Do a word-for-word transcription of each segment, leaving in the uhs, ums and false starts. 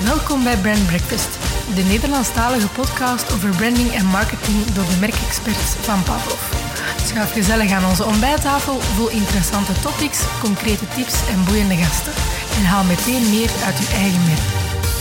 Welkom bij Brand Breakfast, de Nederlandstalige podcast over branding en marketing door de merkexperts van Pavlov. Schuif gezellig aan onze ontbijttafel vol interessante topics, concrete tips en boeiende gasten. En haal meteen meer uit uw eigen merk.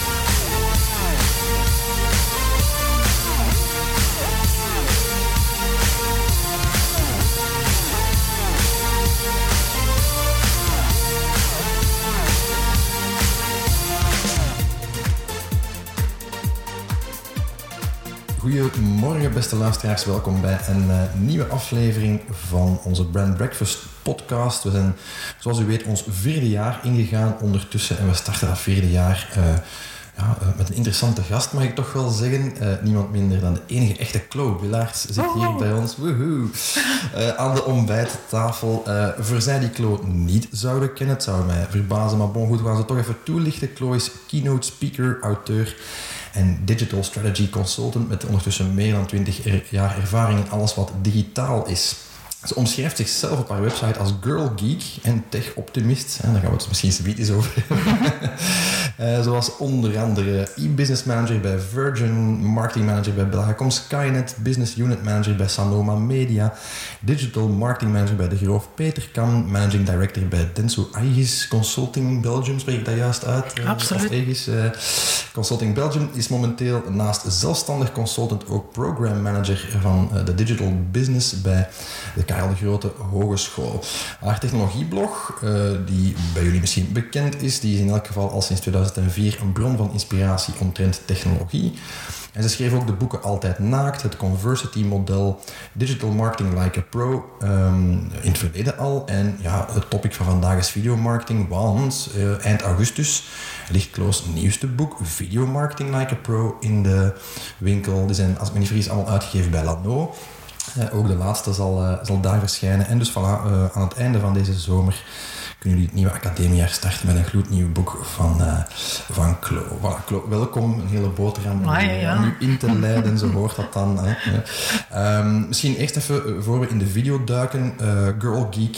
Goedemorgen beste luisteraars, welkom bij een uh, nieuwe aflevering van onze Brand Breakfast podcast. We zijn, zoals u weet, ons vierde jaar ingegaan ondertussen en we starten dat vierde jaar uh, ja, uh, met een interessante gast, mag ik toch wel zeggen. Uh, niemand minder dan de enige echte Chloe Willaerts zit hier bij ons. Woehoe. Uh, aan de ontbijttafel. Uh, voor zij die Chloe niet zouden kennen, het zou mij verbazen, maar bon, goed, we gaan ze toch even toelichten. Chloe is keynote speaker, auteur en digital strategy consultant met ondertussen meer dan twintig jaar ervaring in alles wat digitaal is. Ze omschrijft zichzelf op haar website als girl geek en tech optimist. En daar gaan we het misschien zoiets eens over hebben. uh, zoals onder andere e-business manager bij Virgin, marketing manager bij Belgacom Skynet, business unit manager bij Sanoma Media, digital marketing manager bij De Groof Peterkam, managing director bij Denso Aegis Consulting Belgium, spreek ik dat juist uit? Uh, Absoluut. Of Aegis uh, Consulting Belgium is momenteel naast zelfstandig consultant ook program manager van uh, de digital business bij de Karel de Grote Hogeschool. Haar technologieblog, uh, die bij jullie misschien bekend is, die is in elk geval al sinds tweeduizend vier een bron van inspiratie omtrent technologie. En ze schreef ook de boeken Altijd Naakt, het Conversity-model, Digital Marketing Like a Pro, um, in het verleden al. En ja, het topic van vandaag is videomarketing, want uh, eind augustus ligt Chloe's nieuwste boek, Videomarketing Like a Pro, in de winkel. Die zijn, als ik me niet vergis, allemaal uitgegeven bij Lano. Uh, ook de laatste zal, uh, zal daar verschijnen. En dus voilà, uh, aan het einde van deze zomer kunnen jullie het nieuwe academiejaar starten met een gloednieuw boek van, uh, van Chloe. Voilà, Chloe, welkom. Een hele boterham om, ah, ja, ja. om u in te leiden, zo hoort dat dan. Hè. Um, misschien eerst even, voor we in de video duiken, uh, Girl Geek,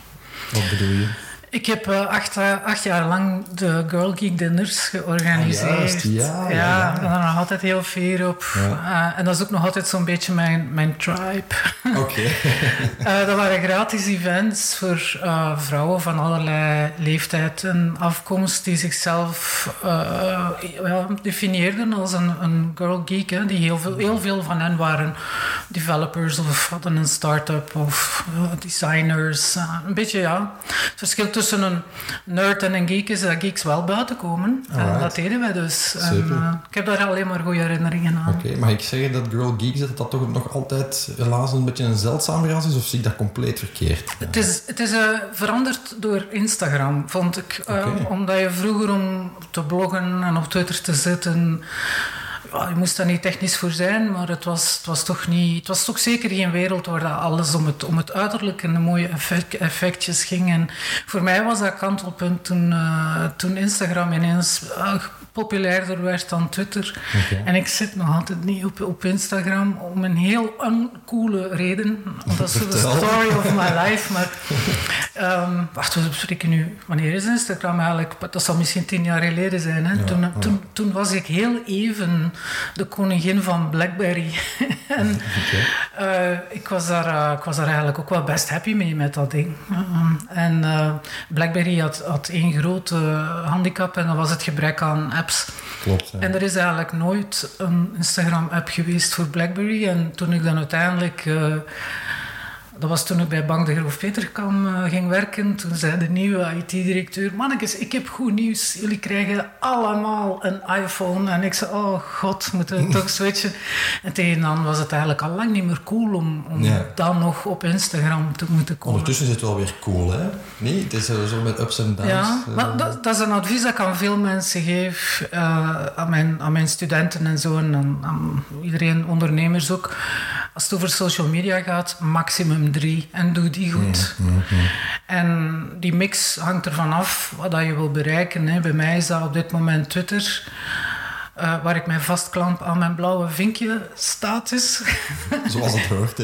wat bedoel je? Ik heb uh, acht, uh, acht jaar lang de Girl Geek Dinners georganiseerd. Ah, juist, ja, ja, ja. Ik ben er nog altijd heel fier op. Ja. Uh, en dat is ook nog altijd zo'n beetje mijn, mijn tribe. Oké. Okay. uh, dat waren gratis events voor uh, vrouwen van allerlei leeftijd en afkomst die zichzelf uh, ja, definieerden als een, een girl geek. Hè, die heel veel, heel veel van hen waren developers of hadden een start-up of uh, designers. Uh, een beetje, ja. Het verschil tussen een nerd en een geek is dat geeks wel buiten komen. En dat deden wij dus. En, uh, ik heb daar alleen maar goede herinneringen aan. Oké, okay, mag ik zeggen dat girl geeks dat, dat toch nog altijd helaas een beetje een zeldzaam ras is, of zie ik dat compleet verkeerd? Het is, het is uh, veranderd door Instagram, vond ik. Uh, okay. Omdat je vroeger om te bloggen en op Twitter te zitten, ja, je moest daar niet technisch voor zijn, maar het was, het was toch niet, het was toch zeker geen wereld waar dat alles om het, om het uiterlijk en de mooie effect, effectjes ging. En voor mij was dat kantelpunt toen, uh, toen Instagram ineens uh, populairder werd dan Twitter. Okay. En ik zit nog altijd niet op, op Instagram om een heel uncoole reden. Want dat is de story of my life. Maar um, wacht, we spreken nu. Wanneer is Instagram eigenlijk? Dat zal misschien tien jaar geleden zijn. Hè? Ja, toen, ja. Toen, toen was ik heel even de koningin van BlackBerry. en okay. uh, ik, was daar, uh, ik was daar eigenlijk ook wel best happy mee met dat ding. Uh, en uh, BlackBerry had, had één grote handicap en dat was het gebrek aan apps. Klopt, ja. En er is eigenlijk nooit een Instagram-app geweest voor BlackBerry. En toen ik dan uiteindelijk... Uh, dat was toen ik bij Bank De Groof Peterkam uh, ging werken. Toen zei de nieuwe I T-directeur... Mannekes, ik heb goed nieuws. Jullie krijgen allemaal een iPhone. En ik zei, oh god, moeten we toch switchen? En tegen dan was het eigenlijk al lang niet meer cool... om, om ja. dan nog op Instagram te moeten komen. Ondertussen is het wel weer cool, hè? Nee, het is zo met ups en downs. Ja, maar dat, dat is een advies dat ik aan veel mensen geef. Uh, aan, mijn, aan mijn studenten en zo. En aan, aan iedereen, ondernemers ook. Als het over social media gaat, maximum drie. En doe die goed. Mm, mm, mm. En die mix hangt ervan af wat je wil bereiken. Hè. Bij mij is dat op dit moment Twitter. Uh, waar ik mij vastklamp aan mijn blauwe vinkje status. Zoals het hoort, hè.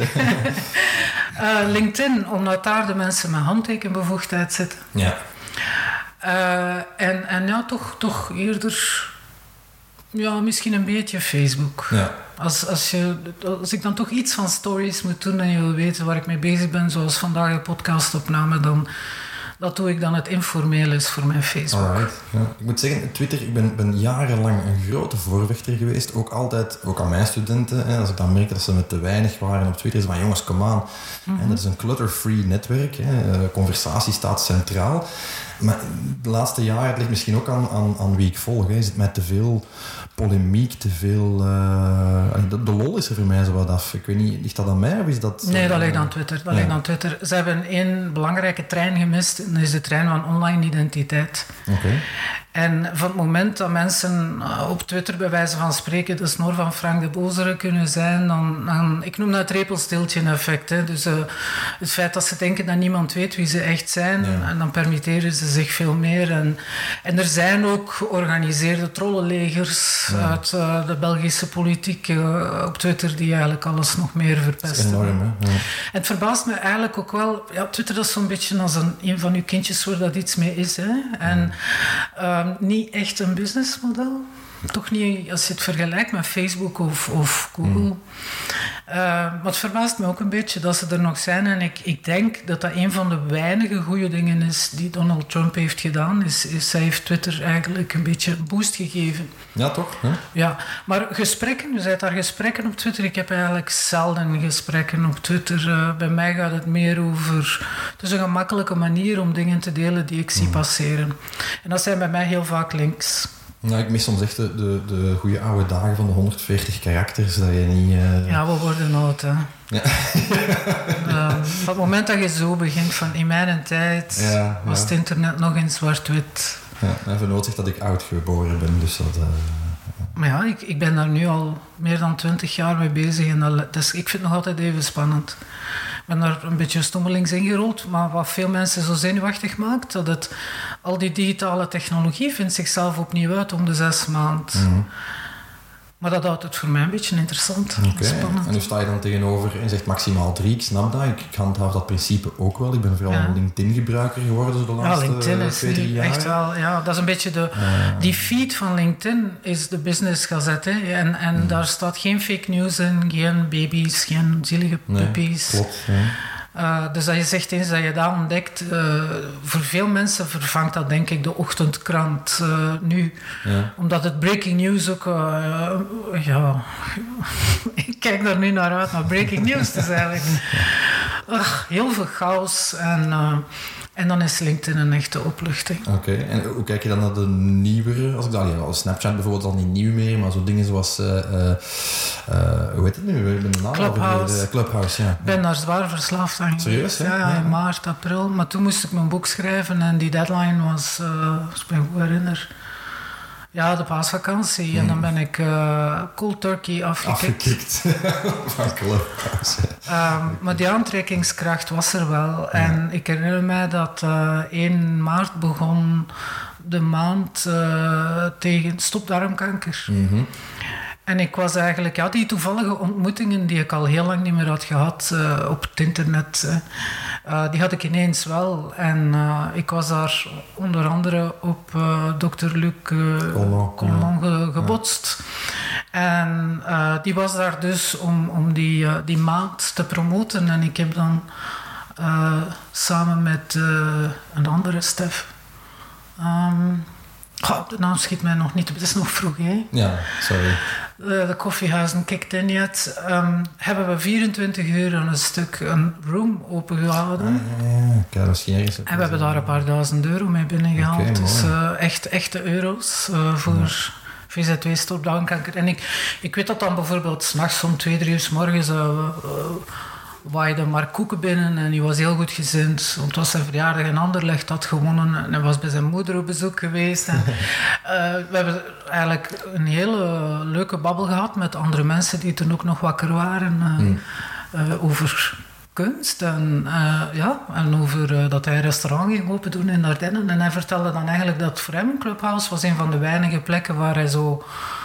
uh, LinkedIn, omdat daar de mensen met handtekenbevoegdheid zitten. Ja. Uh, en, en ja, toch, toch eerder Ja, misschien een beetje Facebook. Ja. Als, als, je, als ik dan toch iets van stories moet doen en je wil weten waar ik mee bezig ben, zoals vandaag de podcastopname, dan dat doe ik dan het informeel is voor mijn Facebook. Alright. Ja. Ik moet zeggen, Twitter, ik ben, ben jarenlang een grote voorvechter geweest. Ook altijd, ook aan mijn studenten. Hè, als ik dan merkte dat ze met te weinig waren op Twitter, is van jongens, come on. Mm-hmm. En dat is een clutter-free netwerk. Hè. Conversatie staat centraal. Maar de laatste jaren, het ligt misschien ook aan, aan, aan wie ik volg. Hè. Is het met te veel polemiek, te veel... Uh, de, de lol is er voor mij zo wat af. Ik weet niet, ligt dat aan mij of is dat... Nee, dat ligt aan Twitter. Dat ja. ligt aan Twitter. Ze hebben één belangrijke trein gemist. En dat is de trein van online identiteit. Oké. Okay. En van het moment dat mensen op Twitter bij wijze van spreken de snor van Frank de Bozere kunnen zijn, dan, dan ik noem dat het repelsteeltje-effect. Hè. Dus uh, het feit dat ze denken dat niemand weet wie ze echt zijn, ja. en dan permitteren ze zich veel meer. En, en er zijn ook georganiseerde trollenlegers ja. uit uh, de Belgische politiek uh, op Twitter die eigenlijk alles nog meer verpesten. Dat is enorm, hè? Ja. En het verbaast me eigenlijk ook wel, ja, Twitter dat is zo'n beetje als een, een van uw kindjes waar dat iets mee is. Hè. En uh, niet echt een businessmodel. Toch niet als je het vergelijkt met Facebook of, of Google. Mm. Uh, maar het verbaast me ook een beetje dat ze er nog zijn. En ik, ik denk dat dat een van de weinige goede dingen is die Donald Trump heeft gedaan. Is, is hij heeft Twitter eigenlijk een beetje een boost gegeven. Ja, toch? Hè? Ja, maar gesprekken, dus hij daar gesprekken op Twitter. Ik heb eigenlijk zelden gesprekken op Twitter. Uh, bij mij gaat het meer over... Het is een gemakkelijke manier om dingen te delen die ik zie mm. passeren. En dat zijn bij mij heel vaak links. Ja, ik mis soms echt de, de, de goede oude dagen van de honderdveertig karakters, dat je niet... Uh... Ja, we worden oud, hè. Ja. uh, op het moment dat je zo begint, van in mijn tijd, ja, ja. was het internet nog in zwart-wit. Ja, even nodig dat ik oud geboren ben, dus dat... Uh... Maar ja, ik, ik ben daar nu al meer dan twintig jaar mee bezig en dat, dus ik vind het nog altijd even spannend. Ik ben daar een beetje stommelings ingerold, maar wat veel mensen zo zenuwachtig maakt, dat het, al die digitale technologie vindt zichzelf opnieuw uit om de zes maanden. Mm-hmm. Maar dat houdt het voor mij een beetje interessant. Okay. Spannend. En nu sta je dan tegenover en zegt maximaal drie. Ik snap dat. Ik, ik handhaaf dat principe ook wel. Ik ben vooral ja. een LinkedIn-gebruiker geworden de laatste ja, LinkedIn is twee, drie jaar. Echt wel, ja, dat is een beetje de... Uh, die feed van LinkedIn is de business gazette. Hè? En, en mm. daar staat geen fake news in, geen baby's, geen zielige puppies. Nee, klopt, ja. Uh, dus dat je zegt eens dat je dat ontdekt, uh, voor veel mensen vervangt dat denk ik de ochtendkrant uh, nu. Ja. Omdat het breaking news ook... Uh, uh, ja, ik kijk daar nu naar uit, maar breaking news is eigenlijk uh, heel veel chaos en... Uh, En dan is LinkedIn een echte opluchting. Oké, okay. En hoe kijk je dan naar de nieuwere... Als ik dat, ja, Snapchat bijvoorbeeld al niet nieuw meer, maar zo dingen zoals... Uh, uh, uh, hoe heet het nu? Ik ben de naam Clubhouse. Clubhouse, ja. Ik ben daar zwaar verslaafd aan. Serieus, hè? Ja, ja, in maart, april. Maar toen moest ik mijn boek schrijven en die deadline was, uh, als ik me goed herinner... Ja, de paasvakantie. Hmm. En dan ben ik uh, cold turkey afgekikt. Afgekikt. Van Clubhouse. Um, maar die aantrekkingskracht was er wel. Hmm. En ik herinner mij dat uh, één maart begon de maand uh, tegen stopdarmkanker. Mm-hmm. En ik was eigenlijk... Ja, die toevallige ontmoetingen die ik al heel lang niet meer had gehad uh, op het internet... Uh, Uh, die had ik ineens wel. En uh, ik was daar onder andere op uh, dokter Luc uh, Colmont ge, gebotst. Ja. En uh, die was daar dus om, om die, uh, die maand te promoten. En ik heb dan uh, samen met uh, een andere Stef... Um, oh, de naam schiet mij nog niet op, het is nog vroeg, hè? Ja, sorry. Uh, de koffiehuizen kicked in yet. Um, hebben we vierentwintig uur aan een stuk een room opengehouden. Ah, ja, ja. Kijk, dat is geen en we hebben daar een paar duizend euro mee binnengehaald. Okay, dus uh, echt echte euro's uh, voor ja. V Z W stopdarmkanker. En ik, ik weet dat dan bijvoorbeeld 's nachts om twee, drie uur 's morgens... Uh, uh, waaide Mark Koeken binnen en hij was heel goed gezind. Want het was zijn verjaardag in Anderlecht, had gewonnen en hij was bij zijn moeder op bezoek geweest. En, uh, we hebben eigenlijk een hele leuke babbel gehad met andere mensen die toen ook nog wakker waren uh, mm. uh, over kunst en, uh, ja, en over uh, dat hij een restaurant ging open doen in Ardennen. En hij vertelde dan eigenlijk dat voor hem Clubhouse was een van de weinige plekken waar hij zo...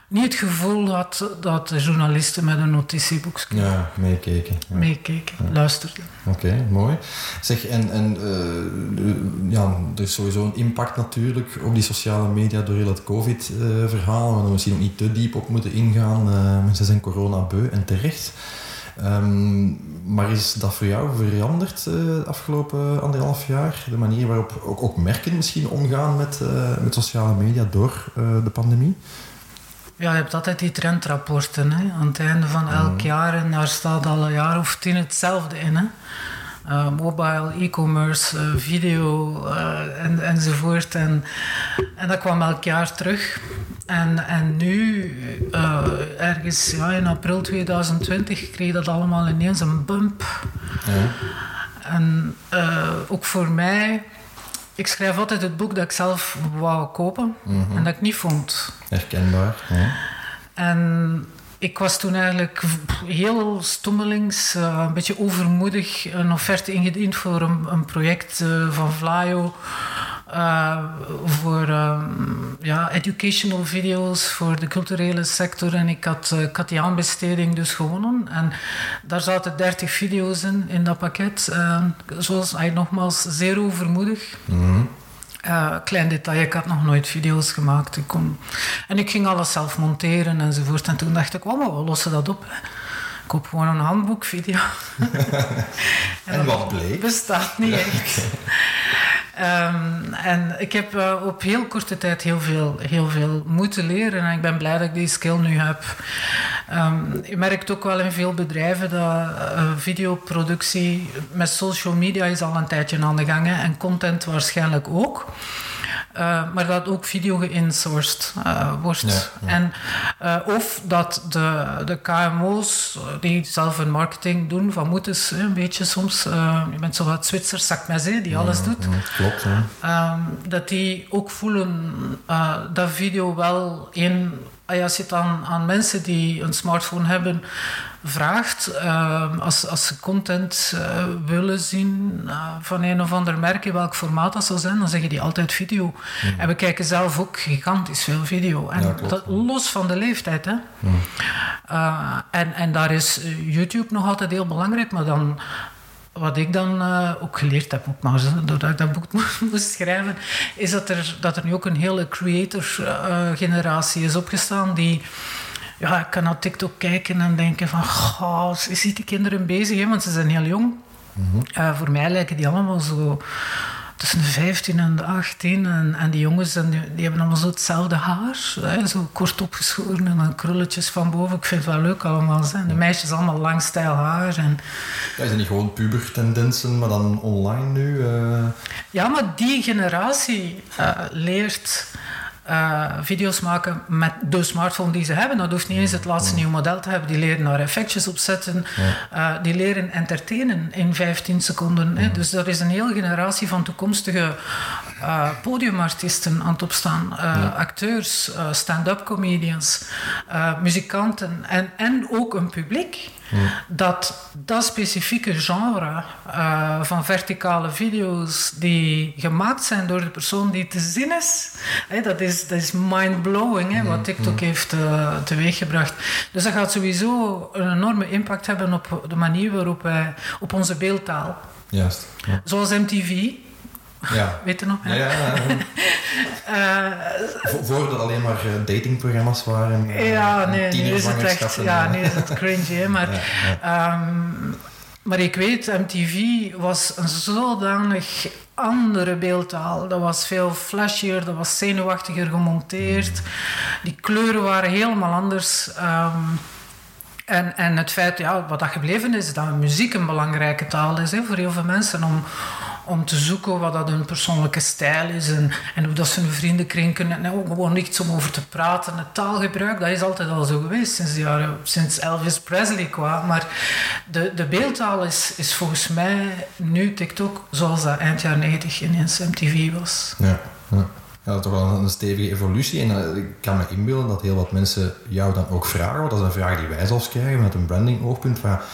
niet het gevoel had dat de journalisten met een notitieboekje ja, meekeken. Ja. meekeken, ja. luisterden. Oké, okay, mooi. Zeg, en, en uh, de, ja, er is sowieso een impact natuurlijk op die sociale media door heel het COVID-verhaal. Uh, we misschien ook niet te diep op moeten ingaan. Uh, mensen zijn corona beu en terecht. Um, maar is dat voor jou veranderd uh, de afgelopen anderhalf jaar? De manier waarop ook, ook merken misschien omgaan met, uh, met sociale media door uh, de pandemie? Ja, je hebt altijd die trendrapporten hè, aan het einde van elk mm. jaar en daar staat al een jaar of tien hetzelfde in. Hè. Uh, mobile, e-commerce, uh, video uh, en, enzovoort. En, en dat kwam elk jaar terug. En, en nu, uh, ergens ja, in april tweeduizend twintig, kreeg dat allemaal ineens een bump. Ja. En uh, ook voor mij, ik schrijf altijd het boek dat ik zelf wou kopen mm-hmm. en dat ik niet vond. Herkenbaar. Ja. En ik was toen eigenlijk heel stommelings, uh, een beetje overmoedig, een offerte ingediend voor een, een project uh, van Vlaio. Uh, voor uh, ja, educational video's voor de culturele sector. En ik had, uh, ik had die aanbesteding dus gewonnen. En daar zaten dertig video's in, in dat pakket. Uh, zoals, uh, nogmaals, zeer overmoedig. Mm-hmm. Uh, klein detail, ik had nog nooit video's gemaakt. Ik kon... En ik ging alles zelf monteren enzovoort. En toen dacht ik, oh, maar we lossen dat op. Hè. Ik koop gewoon een handboekvideo. en, en wat bleek? Bestaat niet echt. Um, en ik heb uh, op heel korte tijd heel veel, heel veel moeten leren. En ik ben blij dat ik die skill nu heb. Um, je merkt ook wel in veel bedrijven dat uh, videoproductie met social media is al een tijdje aan de gang. Hè, en content waarschijnlijk ook. Uh, maar dat ook video geïnsourced uh, wordt. Ja, ja. En, uh, of dat de, de K M O's die zelf een marketing doen, van moeten ze een beetje soms, uh, je bent zo wat Zwitser zakmes die alles doet. Ja, klopt, ja. Um, dat die ook voelen uh, dat video wel een... Als je het aan, aan mensen die een smartphone hebben vraagt, uh, als, als ze content uh, willen zien uh, van een of ander merk, in welk formaat dat zou zijn, dan zeggen die altijd video. Mm. En we kijken zelf ook gigantisch veel video. En ja, dat, los van de leeftijd. Hè. Mm. Uh, en, en daar is YouTube nog altijd heel belangrijk, maar dan... Wat ik dan uh, ook geleerd heb, ook maar, doordat ik dat boek moest schrijven, is dat er, dat er nu ook een hele creator-generatie uh, is opgestaan die... Ja, ik kan naar TikTok kijken en denken van... Goh, je ziet die kinderen bezig, hè, want ze zijn heel jong. Mm-hmm. Uh, voor mij lijken die allemaal zo... tussen de vijftien en de achttien. En, en die jongens die, die hebben allemaal zo hetzelfde haar. Hè, zo kort opgeschoren en dan krulletjes van boven. Ik vind het wel leuk allemaal. Hè. De meisjes allemaal lang stijl haar. En... Ja, is dat niet gewoon pubertendensen, maar dan online nu? Uh... Ja, maar die generatie uh, leert... Uh, video's maken met de smartphone die ze hebben. Dat hoeft niet eens het laatste nieuwe model te hebben. Die leren daar effectjes op zetten. Ja. Uh, die leren entertainen in vijftien seconden. Ja. Hè. Dus er is een hele generatie van toekomstige uh, podiumartiesten aan het opstaan. Uh, ja. Acteurs, uh, stand-up comedians, uh, muzikanten en, en ook een publiek. Ja. Dat dat specifieke genre uh, van verticale video's die gemaakt zijn door de persoon die te zien is, hè, dat is, dat is mind-blowing, hè, wat TikTok ja. heeft uh, teweeggebracht. Dus dat gaat sowieso een enorme impact hebben op de manier waarop wij, op onze beeldtaal. Juist. Ja. Zoals M T V. Ja. Weet je nog? Ja, ja, ja. uh, Voordat het alleen maar datingprogramma's waren. Uh, ja, nee, nu is het echt... Ja, nu is het cringy, hè, maar... Ja, ja. Um, maar ik weet, M T V was een zodanig andere beeldtaal. Dat was veel flashier, dat was zenuwachtiger gemonteerd. Mm. Die kleuren waren helemaal anders. Um, en, en het feit, ja, wat dat gebleven is, dat muziek een belangrijke taal is, hè, voor heel veel mensen, om... om te zoeken wat dat hun persoonlijke stijl is en, en hoe dat ze hun vriendenkring kunnen... En ook gewoon iets om over te praten. Het taalgebruik, dat is altijd al zo geweest sinds, de jaren, sinds Elvis Presley kwam. Maar de, de beeldtaal is, is volgens mij nu TikTok zoals dat eind jaren negentig ineens M T V was. Ja, ja. Ja, dat is toch wel een stevige evolutie. En uh, ik kan me inbeelden dat heel wat mensen jou dan ook vragen. Want dat is een vraag die wij zelfs krijgen met een branding oogpunt. Van,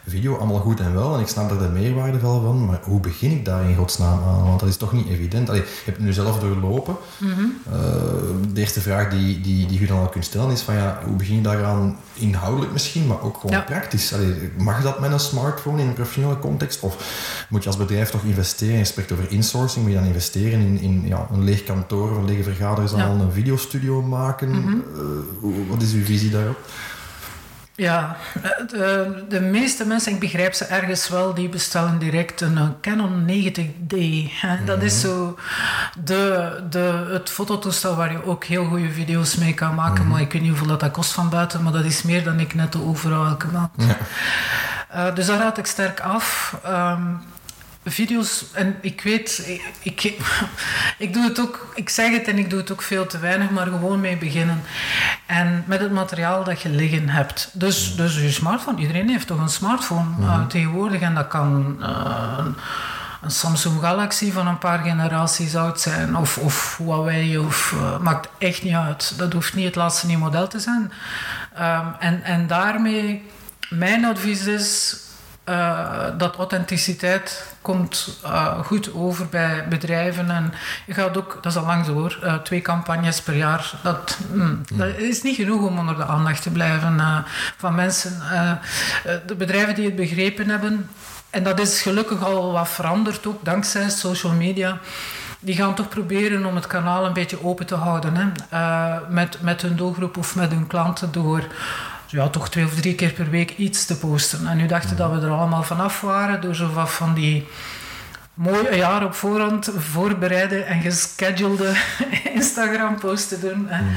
video allemaal goed en wel en ik snap er de meerwaarde wel van, maar hoe begin ik daar in godsnaam aan? Want dat is toch niet evident. Allee, je hebt het nu zelf doorlopen. Mm-hmm. Uh, de eerste vraag die, die, die je dan al kunt stellen is van ja, hoe begin je daaraan inhoudelijk misschien, maar ook gewoon ja. praktisch? Allee, mag dat met een smartphone in een professionele context? Of moet je als bedrijf toch investeren? Je spreekt over insourcing, moet je dan investeren in, in ja, een leeg kantoor of een lege vergaderzaal, ja. een videostudio maken? Mm-hmm. Uh, wat is uw visie daarop? Ja, de, de meeste mensen, ik begrijp ze ergens wel, die bestellen direct een Canon negentig D. Hè. Dat is zo de, de, het fototoestel waar je ook heel goede video's mee kan maken. Mm-hmm. Maar ik weet niet hoeveel dat, dat kost van buiten, maar dat is meer dan ik net overal elke maand. Ja. Uh, dus daar raad ik sterk af. Um, Video's, en ik weet, ik, ik, ik doe het ook, ik zeg het en ik doe het ook veel te weinig, maar gewoon mee beginnen. En met het materiaal dat je liggen hebt. Dus, dus je smartphone, iedereen heeft toch een smartphone mm-hmm. uh, tegenwoordig en dat kan uh, een Samsung Galaxy van een paar generaties oud zijn, of, of Huawei, of uh, maakt echt niet uit. Dat hoeft niet het laatste nieuwe model te zijn. Um, en, en daarmee, mijn advies is, Uh, dat authenticiteit komt uh, goed over bij bedrijven. En je gaat ook, dat is al lang zo hoor, uh, twee campagnes per jaar. Dat, mm, dat is niet genoeg om onder de aandacht te blijven uh, van mensen. Uh, de bedrijven die het begrepen hebben, en dat is gelukkig al wat veranderd ook, dankzij social media. Die gaan toch proberen om het kanaal een beetje open te houden. Hè? Uh, met, met hun doelgroep of met hun klanten door ja, toch twee of drie keer per week iets te posten. En nu dachten dat we er allemaal vanaf waren door zo wat van die mooi een jaar op voorhand voorbereide en geschedulede Instagram-posts te doen. Hè.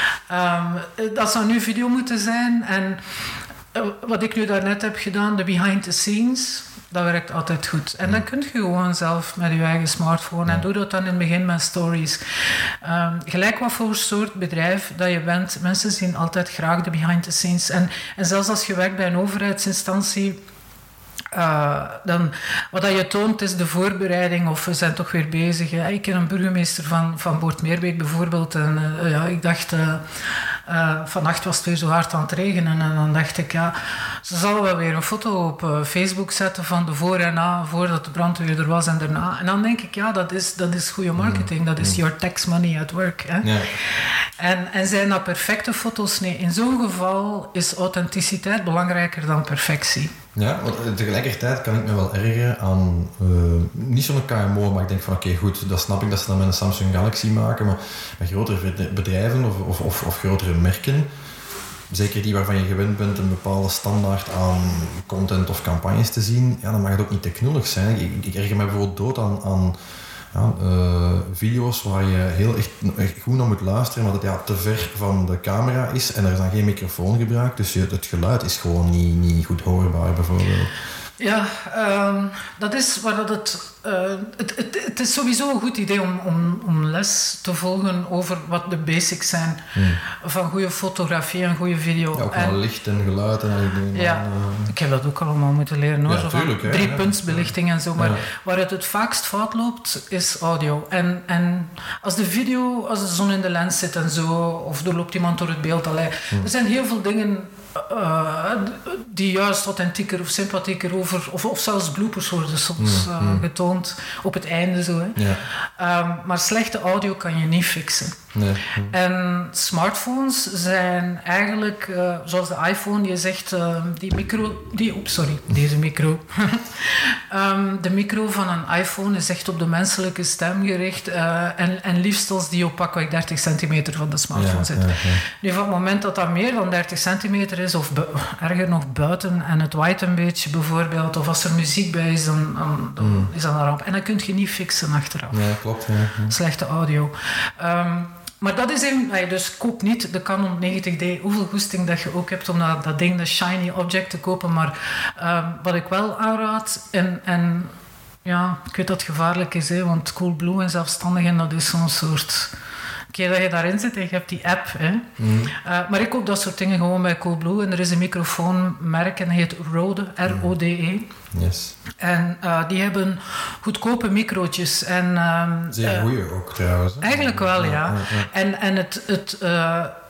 Um, dat zou nu video moeten zijn. En uh, wat ik nu daarnet heb gedaan, de behind the scenes, dat werkt altijd goed. En dan kun je gewoon zelf met je eigen smartphone en doe dat dan in het begin met stories. Um, gelijk wat voor soort bedrijf dat je bent, mensen zien altijd graag de behind the scenes. En, en zelfs als je werkt bij een overheidsinstantie, Uh, dan, wat dat je toont is de voorbereiding of we zijn toch weer bezig. Hè. Ik ken een burgemeester van, van Boort-Meerbeek bijvoorbeeld en uh, ja, ik dacht uh, uh, vannacht was het weer zo hard aan het regenen en dan dacht ik ja, ze zal wel weer een foto op uh, Facebook zetten van de voor en na, voordat de brandweer er was en daarna. En dan denk ik ja, dat is, dat is goede marketing, dat is your tax money at work. Hè. Ja. En, en zijn dat perfecte foto's? Nee, in zo'n geval is authenticiteit belangrijker dan perfectie. Ja, want tegelijkertijd kan ik me wel ergeren aan, uh, niet zo'n K M O, maar ik denk van oké, okay, goed, dat snap ik dat ze dat met een Samsung Galaxy maken, maar met grotere bedrijven of, of, of, of grotere merken, zeker die waarvan je gewend bent een bepaalde standaard aan content of campagnes te zien, ja, dan mag het ook niet te knullig zijn. Ik, ik erger me bijvoorbeeld dood aan, aan ja, uh, video's waar je heel echt, echt goed naar moet luisteren, maar dat ja, te ver van de camera is en er is dan geen microfoon gebruikt, dus je, het geluid is gewoon niet, niet goed hoorbaar bijvoorbeeld. Ja, um, dat is waar dat het, uh, het, het... Het is sowieso een goed idee om, om, om les te volgen over wat de basics zijn hmm. van goede fotografie en goede video. Ja, ook en, wel licht en geluid en al die dingen. Ja, uh, ik heb dat ook allemaal moeten leren hoor. Ja, zo tuurlijk, van hè, driepuntsbelichting ja. en zo. Maar ja. waar het het vaakst fout loopt, is audio. En, en als de video, als de zon in de lens zit en zo, of er loopt iemand door het beeld, allee, hmm. er zijn heel veel dingen Uh, die juist authentieker of sympathieker over, of, of zelfs bloopers worden soms uh, mm, mm. getoond op het einde zo. Hè. Ja. Um, maar slechte audio kan je niet fixen. Nee. Mm. En smartphones zijn eigenlijk, uh, zoals de iPhone, je zegt uh, die micro, die, oh, sorry, deze micro. um, de micro van een iPhone is echt op de menselijke stem gericht uh, en, en liefst als die op pakweg dertig centimeter van de smartphone ja, zit. Ja, ja. Nu van het moment dat dat meer dan dertig centimeter is, of bu- erger nog buiten en het waait een beetje bijvoorbeeld, of als er muziek bij is, dan, dan, dan mm. is dat een ramp. En dan kun je niet fixen achteraf. Ja, klopt. Ja, ja. Slechte audio. Um, maar dat is een... Dus koop niet de Canon negentig D, hoeveel goesting dat je ook hebt om dat, dat ding, dat shiny object te kopen. Maar um, wat ik wel aanraad, en, en ja, ik weet dat het gevaarlijk is, hè, want Coolblue en zelfstandigen, dat is zo'n soort... Een keer dat je daarin zit en je hebt die app. Hè. Mm. Uh, maar ik koop dat soort dingen gewoon bij Coolblue. En er is een microfoonmerk en dat heet Rode, R O D E. Yes. En uh, die hebben goedkope microotjes. En, um, Zeer uh, goeie ook trouwens. Hè? Eigenlijk wel, ja. ja. ja, ja. En, en het... het uh,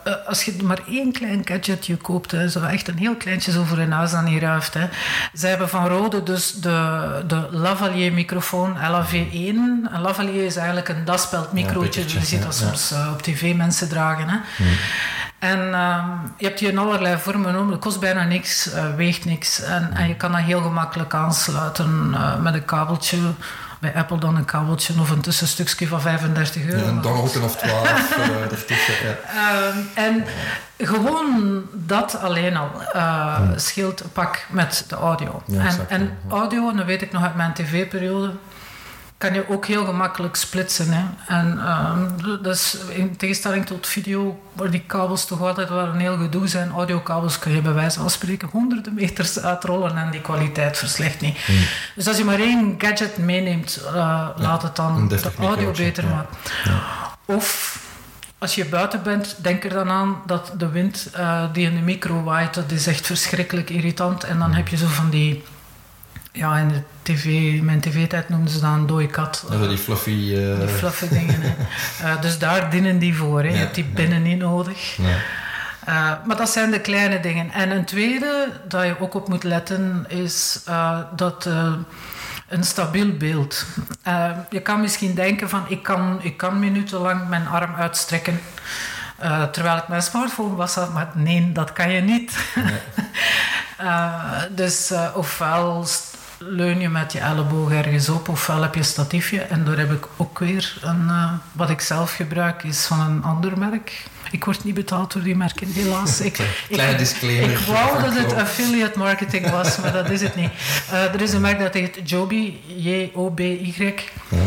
uh, als je maar één klein gadgetje koopt, hè, zo echt een heel kleintje zo voor een huis aan je ruift. Hè. Zij hebben van Rode dus de, de Lavalier microfoon L A V één. Een Lavalier is eigenlijk een dasspeld microotje. Ja, je ziet dat ja, soms uh, op tv mensen dragen. Hè. Hmm. En uh, je hebt die in allerlei vormen om. Het kost bijna niks, uh, weegt niks. En, en je kan dat heel gemakkelijk aansluiten uh, met een kabeltje. Bij Apple dan een kabeltje of een tussenstukje van vijfendertig euro. Ja, een dongeltje of twaalf uh, ertussen. Ja. Uh, en gewoon dat alleen al uh, hmm. scheelt een pak met de audio. Ja, en, exact, en ja. audio, en dat weet ik nog uit mijn tv-periode, kan je ook heel gemakkelijk splitsen. Hè. En uh, dus in tegenstelling tot video, waar die kabels toch altijd wel een heel gedoe zijn, audiokabels kun je bij wijze van spreken honderden meters uitrollen en die kwaliteit verslecht niet. Hmm. Dus als je maar één gadget meeneemt, uh, ja, laat het dan de audio beter ja. maken. Ja. Of als je buiten bent, denk er dan aan dat de wind uh, die in de micro waait, dat is echt verschrikkelijk irritant. En dan heb je zo van die... Ja, in de tv, mijn tv-tijd noemden ze dat een dode kat. Ja, die fluffy... Uh... Die fluffy dingen, hè. Uh, dus daar dienen die voor, hè. Ja, je hebt die binnen ja. niet nodig. Ja. Uh, maar dat zijn de kleine dingen. En een tweede, dat je ook op moet letten, is uh, dat... Uh, een stabiel beeld. Uh, je kan misschien denken van, ik kan, ik kan minutenlang mijn arm uitstrekken. Uh, terwijl ik mijn smartphone was, maar nee, dat kan je niet. Nee. uh, dus uh, ofwel leun je met je elleboog ergens op, ofwel heb je een statiefje. En daar heb ik ook weer een, uh, wat ik zelf gebruik, is van een ander merk. Ik word niet betaald door die merken, helaas. Ik, Kleine ik, disclaimer. Ik wou dat het affiliate marketing was, maar dat is het niet. Uh, er is een merk dat heet Joby, J O B Y. Ja.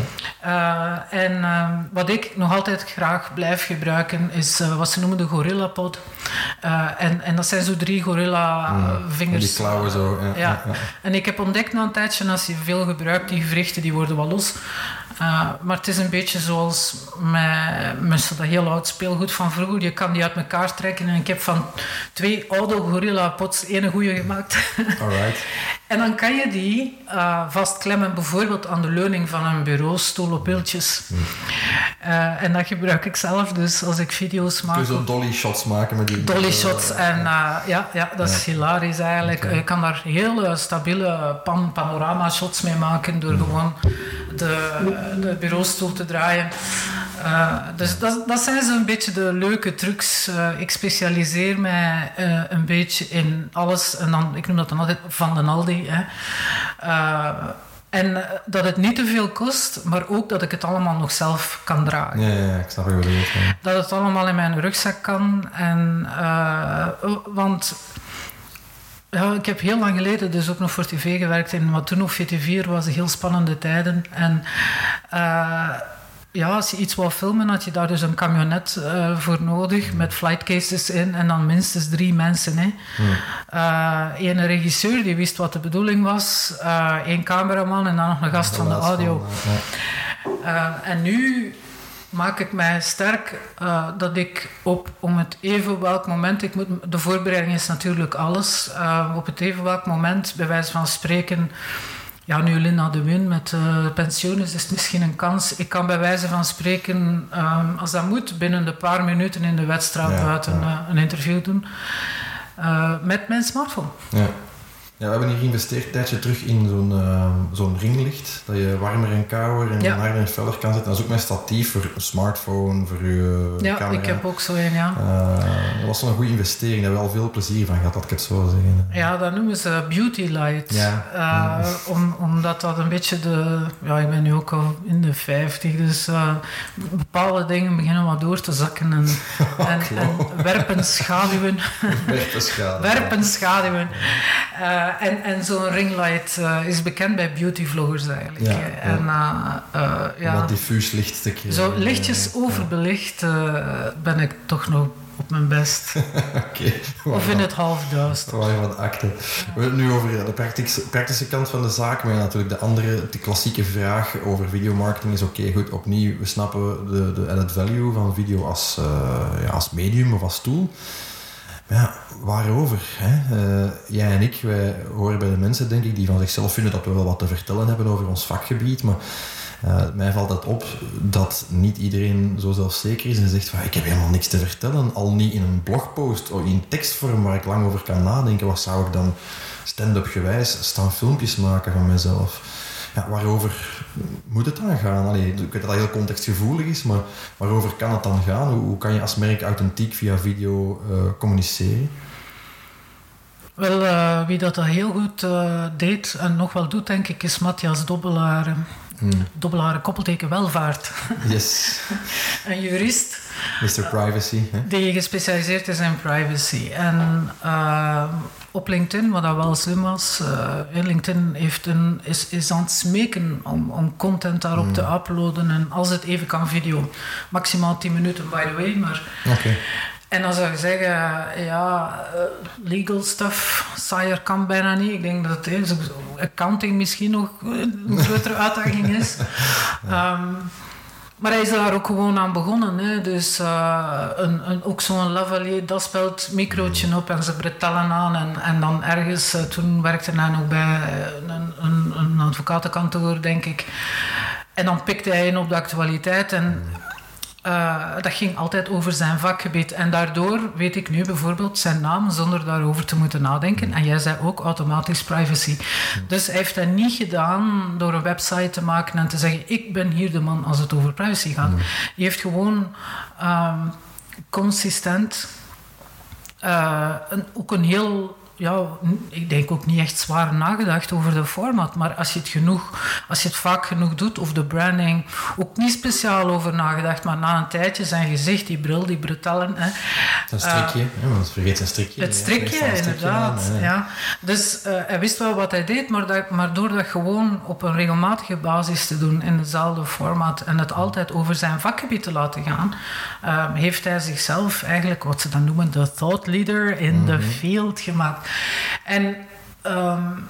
Uh, en uh, wat ik nog altijd graag blijf gebruiken, is uh, wat ze noemen de Gorilla Pod. Uh, en, en dat zijn zo drie gorilla uh, vingers. Die klauwen zo. Ja, ja. Ja, ja. En ik heb ontdekt na een tijdje, als je veel gebruikt, die gewrichten die worden wel los. Uh, maar het is een beetje zoals met, met dat heel oud speelgoed van vroeger. Je kan die uit elkaar trekken. En ik heb van twee oude Gorilla Pods één goeie gemaakt. Alright. En dan kan je die uh, vastklemmen, bijvoorbeeld aan de leuning van een bureaustoel op wieltjes. Hmm. Uh, en dat gebruik ik zelf dus als ik video's maak. Kun je zo dolly shots maken met die... Dolly shots. Uh, en uh, ja, ja, dat is ja. hilarisch eigenlijk. Okay. Je kan daar heel stabiele pan panorama shots mee maken door hmm. gewoon de, de bureaustoel te draaien. Uh, dus dat, dat zijn zo'n beetje de leuke trucs. Uh, ik specialiseer mij uh, een beetje in alles. En dan, ik noem dat dan altijd van den Aldi. Hè. Uh, en uh, dat het niet te veel kost, maar ook dat ik het allemaal nog zelf kan dragen. Ja, ja, ik snap wat je bedoelt. Ja. Dat het allemaal in mijn rugzak kan. En, uh, want... Ja, ik heb heel lang geleden dus ook nog voor tv gewerkt. En wat toen nog V T vier was, heel spannende tijden. En... Uh, ja, als je iets wil filmen, had je daar dus een camionet uh, voor nodig, met flightcases in en dan minstens drie mensen. Hè. Hmm. Uh, een regisseur die wist wat de bedoeling was, uh, één cameraman en dan nog een gast van de audio. Van, ja. uh, en nu maak ik mij sterk uh, dat ik op om het even welk moment, ik moet, de voorbereiding is natuurlijk alles, uh, op het even welk moment, bij wijze van spreken. Ja, nu Linda de Win met uh, pensioen is, is het misschien een kans. Ik kan bij wijze van spreken, um, als dat moet, binnen de paar minuten in de wedstrijd ja, buiten ja. Uh, een interview doen. Uh, met mijn smartphone. Ja. Ja, we hebben hier geïnvesteerd een tijdje terug in zo'n, uh, zo'n ringlicht. Dat je warmer en kouder en ja. harder en feller kan zetten. Dat is ook mijn statief voor een smartphone, voor je ja, camera. Ja, ik heb ook zo een, ja. Uh, dat was wel een goede investering. Daar hebben we al veel plezier van gehad, dat ik het zo zeggen. Ja, dat noemen ze beauty light. Ja. Uh, ja. Om, omdat dat een beetje de... Ja, ik ben nu ook al in de vijftig, dus uh, bepaalde dingen beginnen wat door te zakken. En, oh, en, en werpen schaduwen. werpen schaduwen. werpen schaduwen. Uh, En, en zo'n ringlight uh, is bekend bij beautyvloggers eigenlijk. Ja, en, uh, uh, ja. Wat diffuus licht te krijgen. Zo lichtjes ja. overbelicht uh, ben ik toch nog op mijn best. Okay. Of in het halfduister. Waar wat akte. Ja. We hebben het nu over de praktische, praktische kant van de zaak, maar natuurlijk de andere, de klassieke vraag over videomarketing is oké, okay, goed, opnieuw, we snappen de, de added value van video als, uh, ja, als medium of als tool. Ja, waarover? Hè? Uh, jij en ik, wij horen bij de mensen, denk ik, die van zichzelf vinden dat we wel wat te vertellen hebben over ons vakgebied. Maar Uh, mij valt het op dat niet iedereen zo zelfzeker is en zegt van ik heb helemaal niks te vertellen, al niet in een blogpost of in tekstvorm waar ik lang over kan nadenken. Wat zou ik dan stand-up gewijs staan filmpjes maken van mezelf? Ja, waarover moet het dan gaan? Allee, ik weet dat dat heel contextgevoelig is, maar waarover kan het dan gaan? Hoe, hoe kan je als merk authentiek via video uh, communiceren? Wel, uh, wie dat, dat heel goed uh, deed en nog wel doet, denk ik, is Matthias Dobbelaar. Hmm. Dobbelaar, koppelteken welvaart. Yes. Een jurist. mister Privacy. Hè? Die gespecialiseerd is in privacy. En uh, op LinkedIn, wat dat wel slim was, uh, LinkedIn heeft een, is, is aan het smeken om, om content daarop hmm. te uploaden. En als het even kan, video. Maximaal tien minuten, by the way. Maar... Okay. En dan zou je zeggen, ja, legal stuff, saaier kan bijna niet. Ik denk dat het, accounting misschien nog een grotere uitdaging is. Um, maar hij is daar ook gewoon aan begonnen. Hè. Dus uh, een, een, ook zo'n lavalier, dat speelt microotje op en ze bretellen aan. En, en dan ergens, uh, toen werkte hij nog bij een, een, een advocatenkantoor, denk ik. En dan pikte hij in op de actualiteit en... Uh, dat ging altijd over zijn vakgebied. En daardoor weet ik nu bijvoorbeeld zijn naam zonder daarover te moeten nadenken. En jij zei ook automatisch privacy. Dus hij heeft dat niet gedaan door een website te maken en te zeggen ik ben hier de man als het over privacy gaat. Hij heeft gewoon um, consistent uh, een, ook een heel... Ja, ik denk ook niet echt zwaar nagedacht over de format, maar als je het genoeg, als je het vaak genoeg doet, of de branding, ook niet speciaal over nagedacht, maar na een tijdje zijn gezicht, die bril, die bretellen. Hè, een strikje, uh, hè, want vergeet zijn strikje. Het strikje, ja, inderdaad. Strikje aan, ja. Dus uh, hij wist wel wat hij deed, maar, dat, maar door dat gewoon op een regelmatige basis te doen in dezelfde format en het altijd over zijn vakgebied te laten gaan, uh, heeft hij zichzelf eigenlijk, wat ze dan noemen, de thought leader in the mm-hmm. field gemaakt. En um,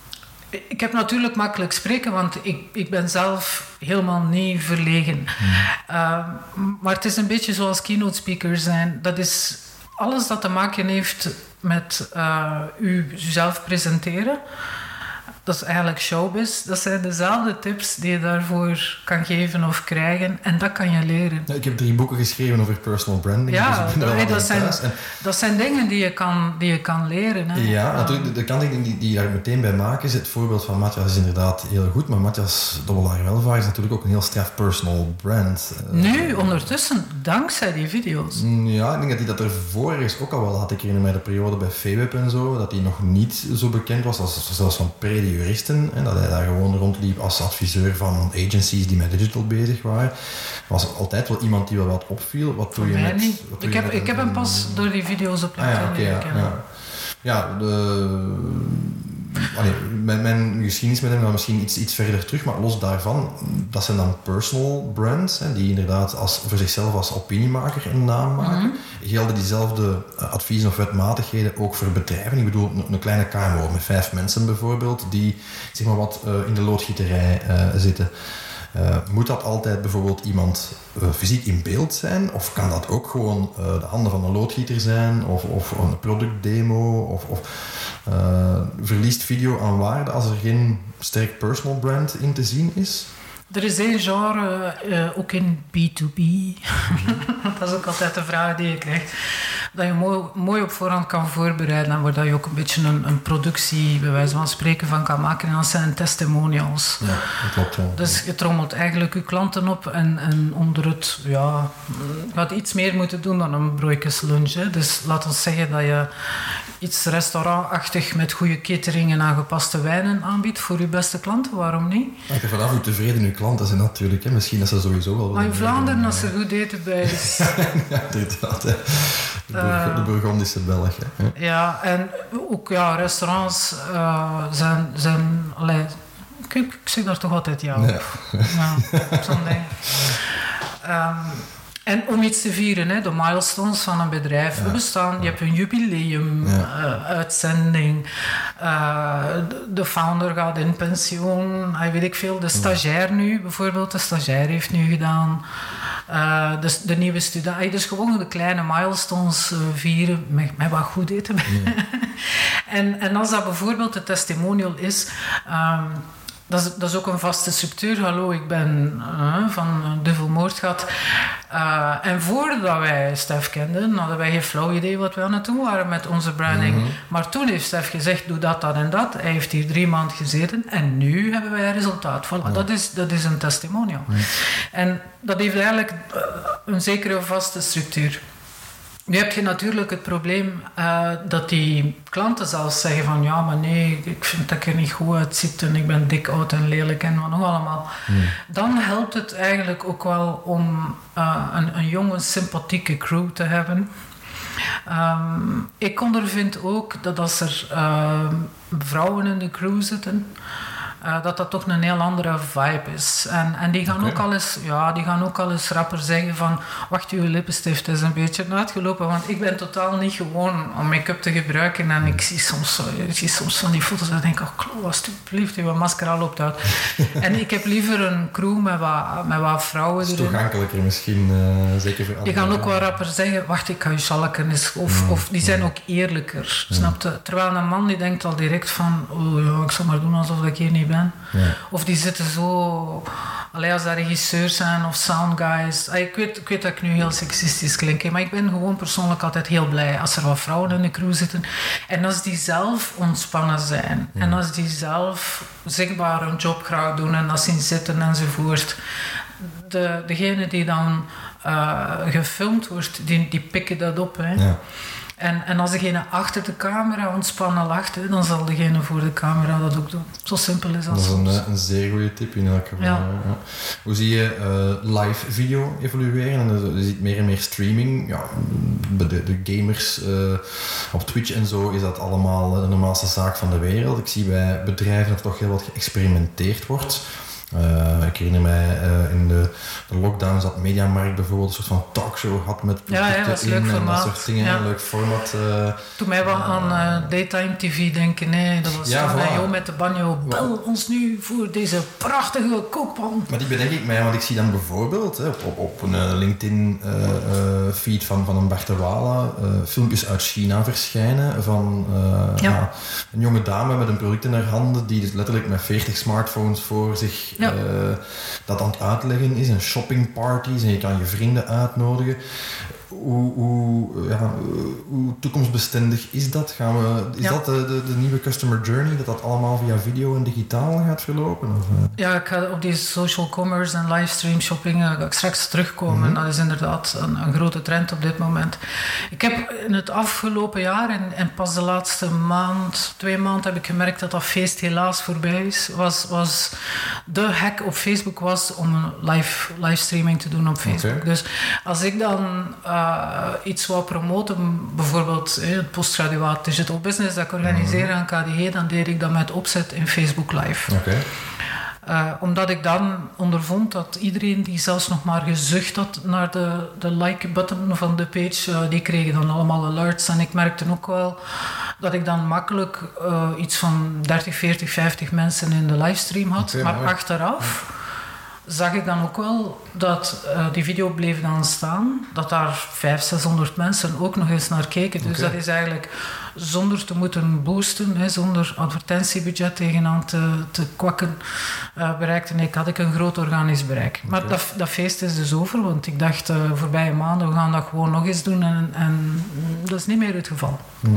ik heb natuurlijk makkelijk spreken, want ik, ik ben zelf helemaal niet verlegen. Mm. Uh, maar het is een beetje zoals keynote speaker zijn. Dat is alles dat te maken heeft met uh, u zelf presenteren. Dat is eigenlijk showbiz. Dat zijn dezelfde tips die je daarvoor kan geven of krijgen. En dat kan je leren. Ja, ik heb drie boeken geschreven over personal branding. Ja, dus nee, dat, zijn, en... dat zijn dingen die je kan, die je kan leren. Hè. Ja, um, natuurlijk. De kant die, die daar meteen bij maken is... Het voorbeeld van Matthias is inderdaad heel goed. Maar Matthias Dobbelaar Welvaart is natuurlijk ook een heel straf personal brand. Nu, uh, ondertussen, dankzij die video's. Ja, ik denk dat hij dat ervoor is ook al wel had. Ik herinner mij de periode bij Feweb en zo. Dat hij nog niet zo bekend was als zelfs van pre juristen, en dat hij daar gewoon rondliep als adviseur van agencies die met digital bezig waren. Was altijd wel iemand die wel wat opviel. Wat doe je met, niet. Wat doe ik je heb, met ik heb hem pas door die video's op LinkedIn ah, ja, okay, ja, ja. ja, de... Allee, mijn, mijn geschiedenis met hem gaat misschien iets, iets verder terug, maar los daarvan, dat zijn dan personal brands, hè, die inderdaad als, voor zichzelf als opiniemaker een naam maken. Mm-hmm. Gelden diezelfde adviezen of wetmatigheden ook voor bedrijven? Ik bedoel, een, een kleine K M O met vijf mensen bijvoorbeeld, die zeg maar wat uh, in de loodgieterij uh, zitten. Uh, moet dat altijd bijvoorbeeld iemand uh, fysiek in beeld zijn? Of kan dat ook gewoon uh, de handen van een loodgieter zijn? Of, of een productdemo? Of, of uh, verliest video aan waarde als er geen sterk personal brand in te zien is? Er is één genre, uh, ook in B to B. Dat is ook altijd de vraag die je krijgt. Dat je mooi, mooi op voorhand kan voorbereiden en waar je ook een beetje een, een productie, bij wijze van spreken, van kan maken. En dat zijn testimonials. Ja, dat klopt wel. Dus je trommelt eigenlijk je klanten op en, en onder het, ja, je gaat iets meer moeten doen dan een broodjeslunch. Hè. Dus laat ons zeggen dat je iets restaurantachtig met goede catering en aangepaste wijnen aanbiedt voor je beste klanten, waarom niet? Ik heb vanaf hoe tevreden uw klanten zijn natuurlijk. Hè. Misschien dat ze sowieso wel... Maar in Vlaanderen, doen, als er goed eten bij is... ja, inderdaad. Hè. De, Burg- uh, de Burgondische Belg. Hè. Ja, en ook ja, restaurants uh, zijn... zijn allee, ik, ik zeg daar toch altijd ja op. Ja, ja op zo'n ding. Um, En om iets te vieren, hè, de milestones van een bedrijf. Ja, bestaan, ja. Je hebt een jubileum, ja. uh, uitzending, uh, de founder gaat in pensioen, uh, weet ik veel. De stagiair nu bijvoorbeeld, de stagiair heeft nu gedaan. Uh, de, de nieuwe student. Uh, dus gewoon de kleine milestones uh, vieren met, met wat goed eten. Ja. en, en als dat bijvoorbeeld de testimonial is... Um, dat, is, dat is ook een vaste structuur. Hallo, ik ben uh, van Duvel Moordgat. Uh, en voordat wij Stef kenden, hadden wij geen flauw idee wat we aan het doen waren met onze branding. Mm-hmm. Maar toen heeft Stef gezegd, doe dat, dat en dat. Hij heeft hier drie maanden gezeten en nu hebben wij een resultaat. Voilà, ja. dat, is, dat is een testimonial. Mm. En dat heeft eigenlijk uh, een zekere vaste structuur. Nu heb je natuurlijk het probleem uh, dat die klanten zelfs zeggen van ja, maar nee, ik vind dat ik er niet goed uitziet en ik ben dik, oud en lelijk en wat nog allemaal. Mm. Dan helpt het eigenlijk ook wel om uh, een, een jonge, sympathieke crew te hebben. Um, ik ondervind ook dat als er uh, vrouwen in de crew zitten, Uh, dat dat toch een heel andere vibe is. En, en die, gaan okay. ook al eens, ja, die gaan ook al eens rapper zeggen van wacht, uw lippenstift is een beetje uitgelopen, want ik ben totaal niet gewoon om make-up te gebruiken en ik zie soms, ik zie soms van die foto's en ik denk, oh Klo, alsjeblieft, uw mascara loopt uit. En ik heb liever een crew met wat, met wat vrouwen erin. Dat is toegankelijker misschien, uh, zeker voor die gaan ook wel rapper zeggen, wacht, ik ga je schalken eens. Of, mm. of die zijn ook eerlijker, mm. snap je? Terwijl een man die denkt al direct van, oh ja, ik zal maar doen alsof ik hier niet ben. Ja. Of die zitten zo... Allee, als dat regisseurs zijn of sound guys. Ik weet, ik weet dat ik nu heel seksistisch klink, maar ik ben gewoon persoonlijk altijd heel blij als er wat vrouwen in de crew zitten. En als die zelf ontspannen zijn. Ja. En als die zelf zichtbaar hun job graag doen en dat zien zitten enzovoort. De, degene die dan uh, gefilmd wordt, die, die pikken dat op. Hè. Ja. En, en als degene achter de camera ontspannen lacht, hè, dan zal degene voor de camera dat ook doen. Zo simpel is dat. Dat is een, een zeer goede tip in elk geval. Ja. Ja. Hoe zie je uh, live video evolueren? En je ziet meer en meer streaming. Ja, bij de, de gamers uh, op Twitch en zo is dat allemaal de normaalste zaak van de wereld. Ik zie bij bedrijven dat er toch heel wat geëxperimenteerd wordt. Uh, ik herinner mij uh, in de, de lockdowns dat Mediamarkt bijvoorbeeld een soort van talkshow had met producten ja, ja, dat is in leuk en formaat. Dat soort dingen. Ja. Een leuk format. Uh, Toen mij wel uh, aan uh, Daytime T V denken. Nee, dat was ja, voilà. Jo met de banjo. Bel ons nu voor deze prachtige kookpan. Maar die bedenk ik mij, want ik zie dan bijvoorbeeld hè, op, op een uh, LinkedIn uh, uh, feed van, van een Bart de Wala uh, filmpjes uit China verschijnen van uh, ja. uh, een jonge dame met een product in haar handen die dus letterlijk met veertig smartphones voor zich ja. Uh, dat aan het uitleggen is en shoppingparties en je kan je vrienden uitnodigen. Hoe, hoe, ja, hoe toekomstbestendig is dat? Gaan we, is ja. dat de, de, de nieuwe customer journey? Dat dat allemaal via video en digitaal gaat verlopen? Of? Ja, ik ga op die social commerce en livestream shopping uh, ga ik straks terugkomen. Mm-hmm. Dat is inderdaad een, een grote trend op dit moment. Ik heb in het afgelopen jaar en, en pas de laatste maand, twee maanden heb ik gemerkt dat dat feest helaas voorbij is. Was, was de hack op Facebook was om een live, livestreaming te doen op Facebook. Okay. Dus als ik dan uh, Uh, iets wou promoten, bijvoorbeeld eh, het postgraduaat Digital Business dat ik organiseer aan K D G, dan deed ik dat met opzet in Facebook Live. Okay. Uh, omdat ik dan ondervond dat iedereen die zelfs nog maar gezucht had naar de, de like-button van de page, uh, die kregen dan allemaal alerts. En ik merkte ook wel dat ik dan makkelijk uh, iets van dertig, veertig, vijftig mensen in de livestream had. Okay, maar mooi. Achteraf zag ik dan ook wel dat uh, die video bleef dan staan, dat daar vijfhonderd, zeshonderd mensen ook nog eens naar keken. Dus okay. dat is eigenlijk zonder te moeten boosten, hè, zonder advertentiebudget tegenaan te, te kwakken, uh, bereikte ik, had ik een groot organisch bereik. Okay. Maar dat, dat feest is dus over, want ik dacht uh, voorbije maanden, we gaan dat gewoon nog eens doen en, en dat is niet meer het geval. Mm.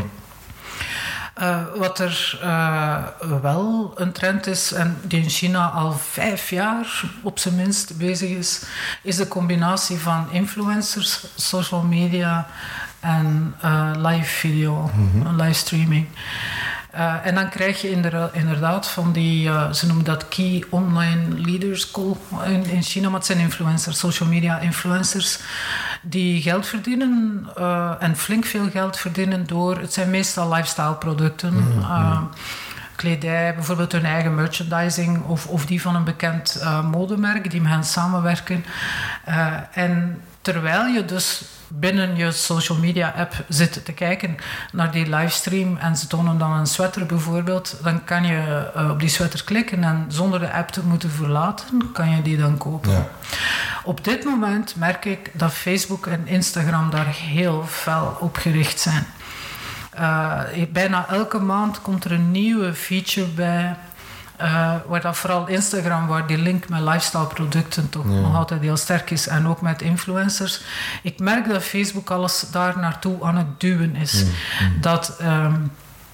Uh, wat er uh, wel een trend is, en die in China al vijf jaar op zijn minst bezig is, is de combinatie van influencers, social media en uh, live video, mm-hmm. livestreaming. Uh, en dan krijg je inderdaad van die, uh, ze noemen dat Key Online Leaders Call in, in China, maar het zijn influencers, social media influencers, die geld verdienen uh, en flink veel geld verdienen door, het zijn meestal lifestyle producten, mm-hmm. uh, kledij, bijvoorbeeld hun eigen merchandising of, of die van een bekend uh, modemerk die met hen samenwerken. Uh, en terwijl je dus binnen je social media app zit te kijken naar die livestream en ze tonen dan een sweater bijvoorbeeld, dan kan je uh, op die sweater klikken en zonder de app te moeten verlaten, kan je die dan kopen. Ja. Op dit moment merk ik dat Facebook en Instagram daar heel fel op gericht zijn. Uh, bijna elke maand komt er een nieuwe feature bij. Uh, waar dat vooral Instagram, waar die link met lifestyle producten toch ja. nog altijd heel sterk is. En ook met influencers. Ik merk dat Facebook alles daar naartoe aan het duwen is. Mm, mm. Dat... Um,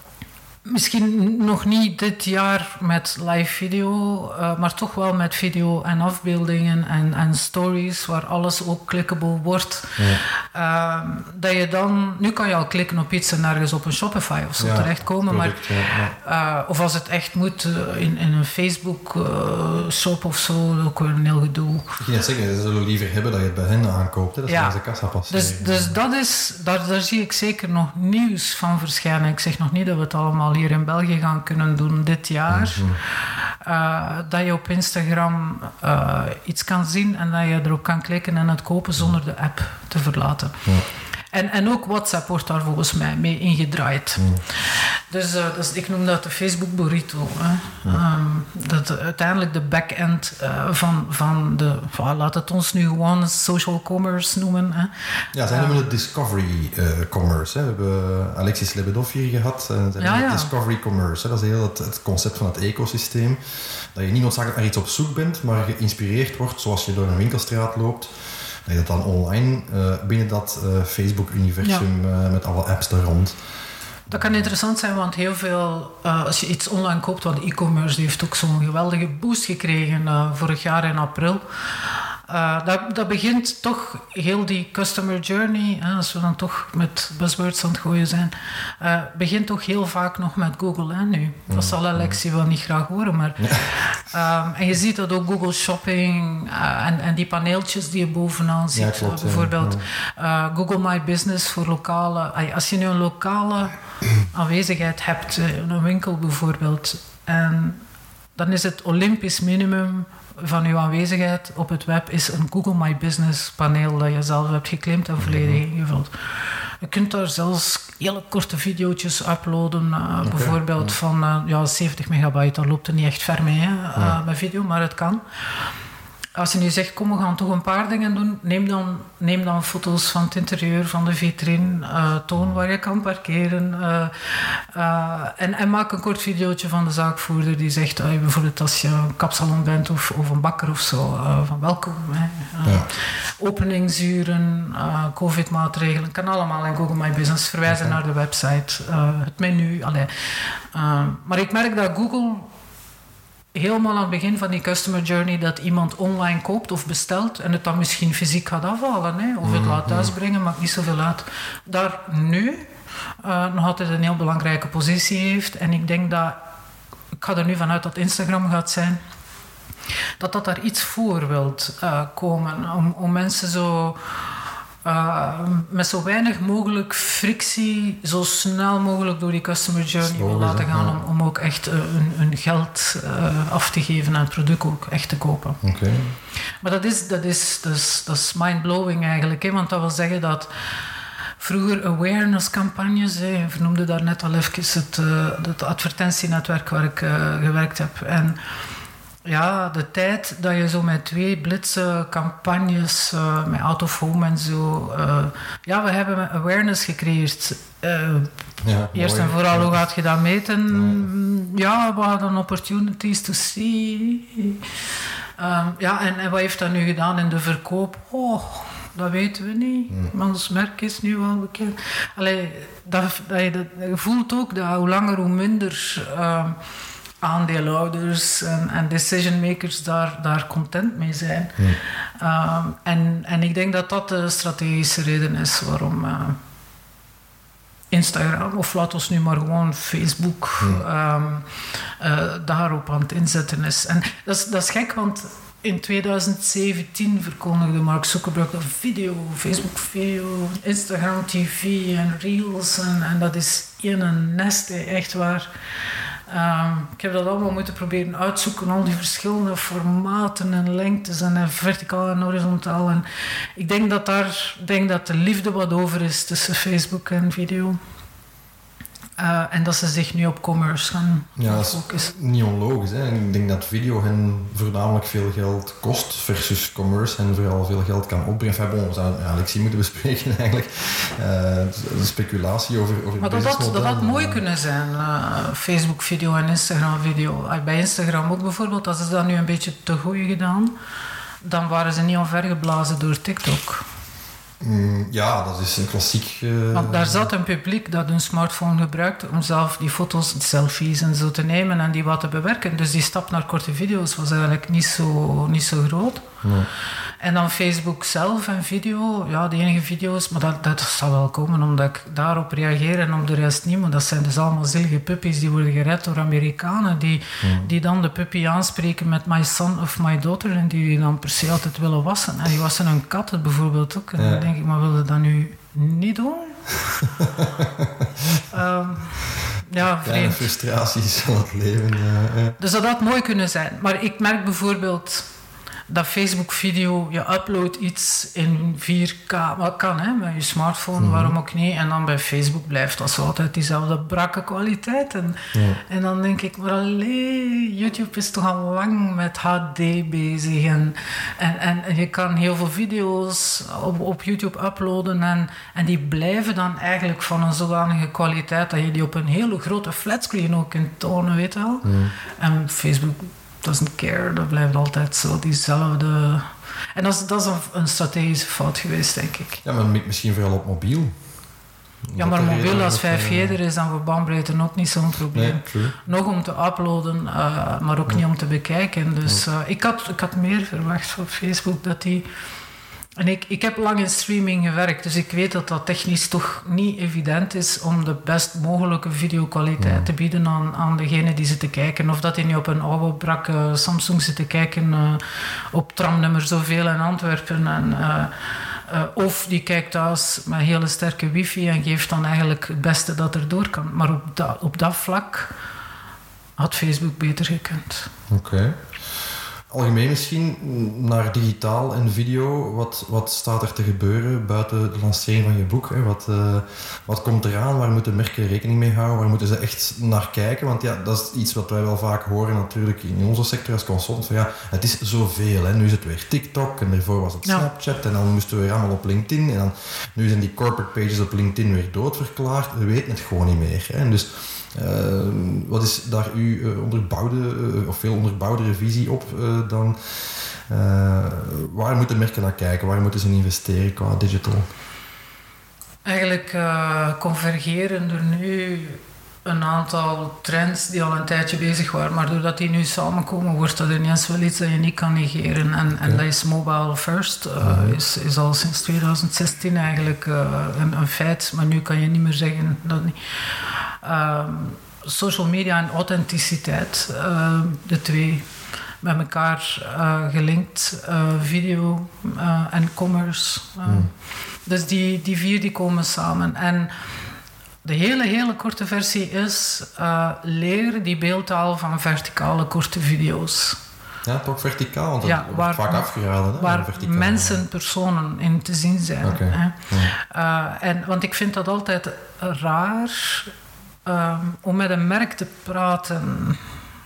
Misschien nog niet dit jaar met live video, uh, maar toch wel met video en afbeeldingen en, en stories, waar alles ook clickable wordt. Ja. Uh, dat je dan, nu kan je al klikken op iets en ergens op een Shopify of zo ja, terechtkomen, product, maar, ja, uh, of als het echt moet uh, in, in een Facebook uh, shop of zo, ook weer een heel gedoe. Ik ging net zeggen, ze zullen liever hebben dat je het bij hen aankoopt, hè, dat ze ja. deze kassa passeren. Dus, dus dat is, daar, daar zie ik zeker nog nieuws van verschijnen. Ik zeg nog niet dat we het allemaal hier in België gaan kunnen doen dit jaar. Mm-hmm. Uh, dat je op Instagram uh, iets kan zien en dat je erop kan klikken en het kopen zonder de app te verlaten. Ja. En, en ook WhatsApp wordt daar volgens mij mee ingedraaid. Mm. Dus, uh, dus ik noem dat de Facebook burrito. Hè. Ja. Um, dat uiteindelijk de back-end uh, van, van de... Well, laat het ons nu gewoon social commerce noemen. Hè. Ja, zij noemen uh, het discovery uh, commerce. Hè. We hebben Alexis Lebedov hier gehad. En zij ja, ja. discovery commerce. Hè. Dat is heel het, het concept van het ecosysteem. Dat je niet noodzakelijk naar iets op zoek bent, maar geïnspireerd wordt zoals je door een winkelstraat loopt. Dat je dat dan online uh, binnen dat uh, Facebook-universum ja. uh, met alle apps daar rond. Dat kan interessant zijn, want heel veel, uh, als je iets online koopt, want e-commerce die heeft ook zo'n geweldige boost gekregen uh, vorig jaar in april. Uh, dat, dat begint toch heel die customer journey, hè, als we dan toch met buzzwords aan het gooien zijn, uh, begint toch heel vaak nog met Google hè, nu. Dat zal Alexie wel niet graag horen, maar... Um, en je ziet dat ook Google Shopping uh, en, en die paneeltjes die je bovenaan ziet. Ja, klopt, uh, bijvoorbeeld ja. uh, Google My Business voor lokale... Uh, als je nu een lokale aanwezigheid hebt, uh, in een winkel bijvoorbeeld, en dan is het Olympisch minimum van uw aanwezigheid op het web is een Google My Business paneel dat je zelf hebt geclaimd en volledig ingevuld. Je kunt daar zelfs hele korte video's uploaden, uh, okay, bijvoorbeeld ja. van uh, ja, zeventig megabyte, daar loopt er niet echt ver mee hè, uh, ja. met video, maar het kan. Als je nu zegt, kom, we gaan toch een paar dingen doen, neem dan, neem dan foto's van het interieur, van de vitrine, uh, toon waar je kan parkeren uh, uh, en, en maak een kort videootje van de zaakvoerder die zegt, uh, bijvoorbeeld als je een kapsalon bent of, of een bakker of zo, uh, van welkom. Hè. Uh, ja. Openingsuren, uh, covid-maatregelen, kan allemaal in Google My Business verwijzen okay. naar de website, uh, het menu. Allee. Uh, maar ik merk dat Google... helemaal aan het begin van die customer journey dat iemand online koopt of bestelt en het dan misschien fysiek gaat afhalen hè, of het laat thuisbrengen, maakt niet zoveel uit. Daar nu uh, nog altijd een heel belangrijke positie heeft en ik denk dat, ik ga er nu vanuit dat Instagram gaat zijn, dat dat daar iets voor wilt uh, komen om, om mensen zo... Uh, met zo weinig mogelijk frictie, zo snel mogelijk door die customer journey wil laten gaan, ja. om, om ook echt uh, hun, hun geld uh, af te geven en het product ook echt te kopen. Okay. Maar dat is, dat is, dat is, dat is mind-blowing eigenlijk, hè, want dat wil zeggen dat vroeger awareness-campagnes, hè, je vernoemde daar net al even het, uh, het advertentienetwerk waar ik uh, gewerkt heb. En ja, de tijd dat je zo met twee blitse campagnes, uh, met out of home en zo... Uh, ja, we hebben awareness gecreëerd. Uh, ja, eerst mooi. En vooral, hoe gaat je dat meten? Ja, ja we hadden opportunities to see. Uh, ja, en, en wat heeft dat nu gedaan in de verkoop? Oh, dat weten we niet. Mm. Maar ons merk is nu wel bekend. Allee, dat, dat je, dat, je voelt ook dat hoe langer, hoe minder... Uh, aandeelhouders en, en decision makers daar, daar content mee zijn. Ja. Um, en, en ik denk dat dat de strategische reden is waarom uh, Instagram, of laat ons nu maar gewoon Facebook, ja. um, uh, daarop aan het inzetten is. En dat is, dat is gek, want in twintig zeventien verkondigde Mark Zuckerberg dat video, Facebook video, Instagram T V en Reels en, en dat is in een nest, echt waar. Um, ik heb dat allemaal moeten proberen uitzoeken, al die verschillende formaten en lengtes en, en verticaal en horizontaal. En ik denk dat daar denk dat de liefde wat over is tussen Facebook en video. Uh, en dat ze zich nu op commerce gaan ja, focussen. Ja, niet onlogisch. Hè? Ik denk dat video hen voornamelijk veel geld kost versus commerce hen vooral veel geld kan opbrengen. Enfin, bon, we zouden Alexie moeten bespreken eigenlijk. Uh, de speculatie over, over maar dat had, dat had mooi kunnen zijn, uh, Facebook video en Instagram video. Uh, bij Instagram ook bijvoorbeeld, als ze dat nu een beetje te goed gedaan, dan waren ze niet omvergeblazen door TikTok. Mm, ja, dat is een klassiek... Uh... Want daar zat een publiek dat hun smartphone gebruikte om zelf die foto's, die selfies en zo te nemen en die wat te bewerken. Dus die stap naar korte video's was eigenlijk niet zo, niet zo groot. Nee. En dan Facebook zelf en video, ja, de enige video's, maar dat, dat zal wel komen omdat ik daarop reageer en op de rest niet. Maar dat zijn dus allemaal zielige puppies die worden gered door Amerikanen, die, mm. die dan de puppy aanspreken met my son of my daughter en die dan per se altijd willen wassen. En die wassen hun kat bijvoorbeeld ook. En ja. dan denk ik, maar wil je dat nu niet doen? um, ja, Kleine frustraties van het leven. Ja, ja. Dus dat had mooi kunnen zijn. Maar ik merk bijvoorbeeld dat Facebook-video, je uploadt iets in vier K, wat kan hè, met je smartphone, mm-hmm. waarom ook niet. En dan bij Facebook blijft dat zo altijd diezelfde brakke kwaliteit. En, ja. en dan denk ik, maar allee, YouTube is toch al lang met H D bezig. En, en, en, en je kan heel veel video's op, op YouTube uploaden en, en die blijven dan eigenlijk van een zodanige kwaliteit dat je die op een hele grote flatscreen ook kunt tonen, weet je wel. Mm. En Facebook doesn't care, dat blijft altijd zo diezelfde. En dat is, dat is een, een strategische fout geweest, denk ik. Ja, maar misschien vooral op mobiel. Ja, maar mobiel als vijf G er is, dan voor bandbreedte ook niet zo'n probleem. Nee, nog om te uploaden, uh, maar ook ja. niet om te bekijken. Dus uh, ik, had, ik had meer verwacht van Facebook dat die... En ik, ik heb lang in streaming gewerkt, dus ik weet dat dat technisch toch niet evident is om de best mogelijke videokwaliteit ja. te bieden aan, aan degene die zitten kijken. Of dat die nu op een oude brakke Samsung zitten kijken uh, op tramnummer zoveel in Antwerpen. En, uh, uh, of die kijkt thuis met hele sterke wifi en geeft dan eigenlijk het beste dat er door kan. Maar op, da, op dat vlak had Facebook beter gekund. Oké. Okay. Algemeen misschien, naar digitaal en video, wat, wat staat er te gebeuren buiten de lancering van je boek? Hè? Wat, uh, wat komt eraan? Waar moeten merken rekening mee houden? Waar moeten ze echt naar kijken? Want ja, dat is iets wat wij wel vaak horen natuurlijk in onze sector als consultant. Van ja, het is zoveel. Hè? Nu is het weer TikTok en daarvoor was het Snapchat ja. en dan moesten we weer allemaal op LinkedIn. En dan, nu zijn die corporate pages op LinkedIn weer doodverklaard. We weten het gewoon niet meer. Hè? En dus... Uh, wat is daar uw uh, onderbouwde, uh, of veel onderbouwdere visie op uh, dan? Uh, waar moeten merken naar kijken? Waar moeten ze investeren qua digital? Eigenlijk uh, convergeren er nu een aantal trends die al een tijdje bezig waren, maar doordat die nu samenkomen, wordt dat ineens wel iets dat je niet kan negeren. En, okay. en dat is mobile first. Uh, mm-hmm. is, is al sinds twintig zestien eigenlijk uh, een, een feit, maar nu kan je niet meer zeggen dat niet. Uh, social media en authenticiteit, uh, de twee met elkaar uh, gelinkt, uh, video uh, en commerce. Uh, mm. Dus die, die vier die komen samen. En de hele, hele korte versie is uh, leer die beeldtaal van verticale korte video's. Ja, toch verticaal, want dat ja, wordt vaak afgeraden. Hè, waar mensen, personen in te zien zijn. Okay. Hè. Ja. Uh, en, want ik vind dat altijd raar um, om met een merk te praten.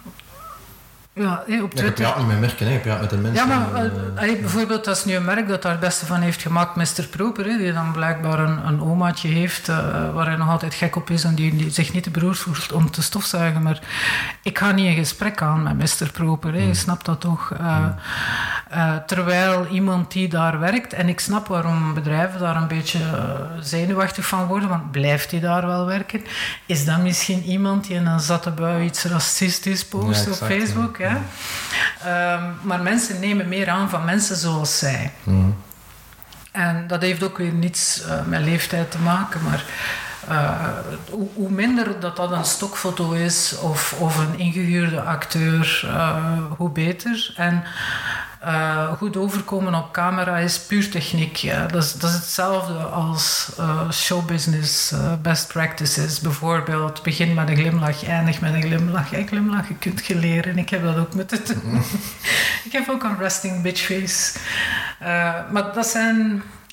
Ja, hey, op ja, je praat niet met merken, hè. Je praat met de mensen. Ja, maar uh, hey, bijvoorbeeld, dat is nu een merk dat daar het beste van heeft gemaakt, mister Proper, hè, die dan blijkbaar een, een omaatje heeft uh, waar hij nog altijd gek op is en die, die zich niet te beroerd voelt om te stofzuigen. Maar ik ga niet in gesprek aan met mister Proper, hè. Je snapt dat toch? Uh, mm. uh, terwijl iemand die daar werkt, en ik snap waarom bedrijven daar een beetje uh, zenuwachtig van worden, want blijft hij daar wel werken? Is dat misschien iemand die in een zatte bui iets racistisch post ja, exact, op Facebook? Ja. Ja? Um, maar mensen nemen meer aan van mensen zoals zij. Mm. En dat heeft ook weer niets uh, met leeftijd te maken, maar uh, hoe, hoe minder dat dat een stokfoto is of, of een ingehuurde acteur, uh, hoe beter. En uh, goed overkomen op camera is puur techniek. Ja. Dat, is, dat is hetzelfde als uh, showbusiness uh, best practices. Bijvoorbeeld, begin met een glimlach, eindig met een glimlach. En glimlach, je kunt je leren. Ik heb dat ook moeten doen. Ik heb ook een resting bitch face. Uh, maar dat zijn...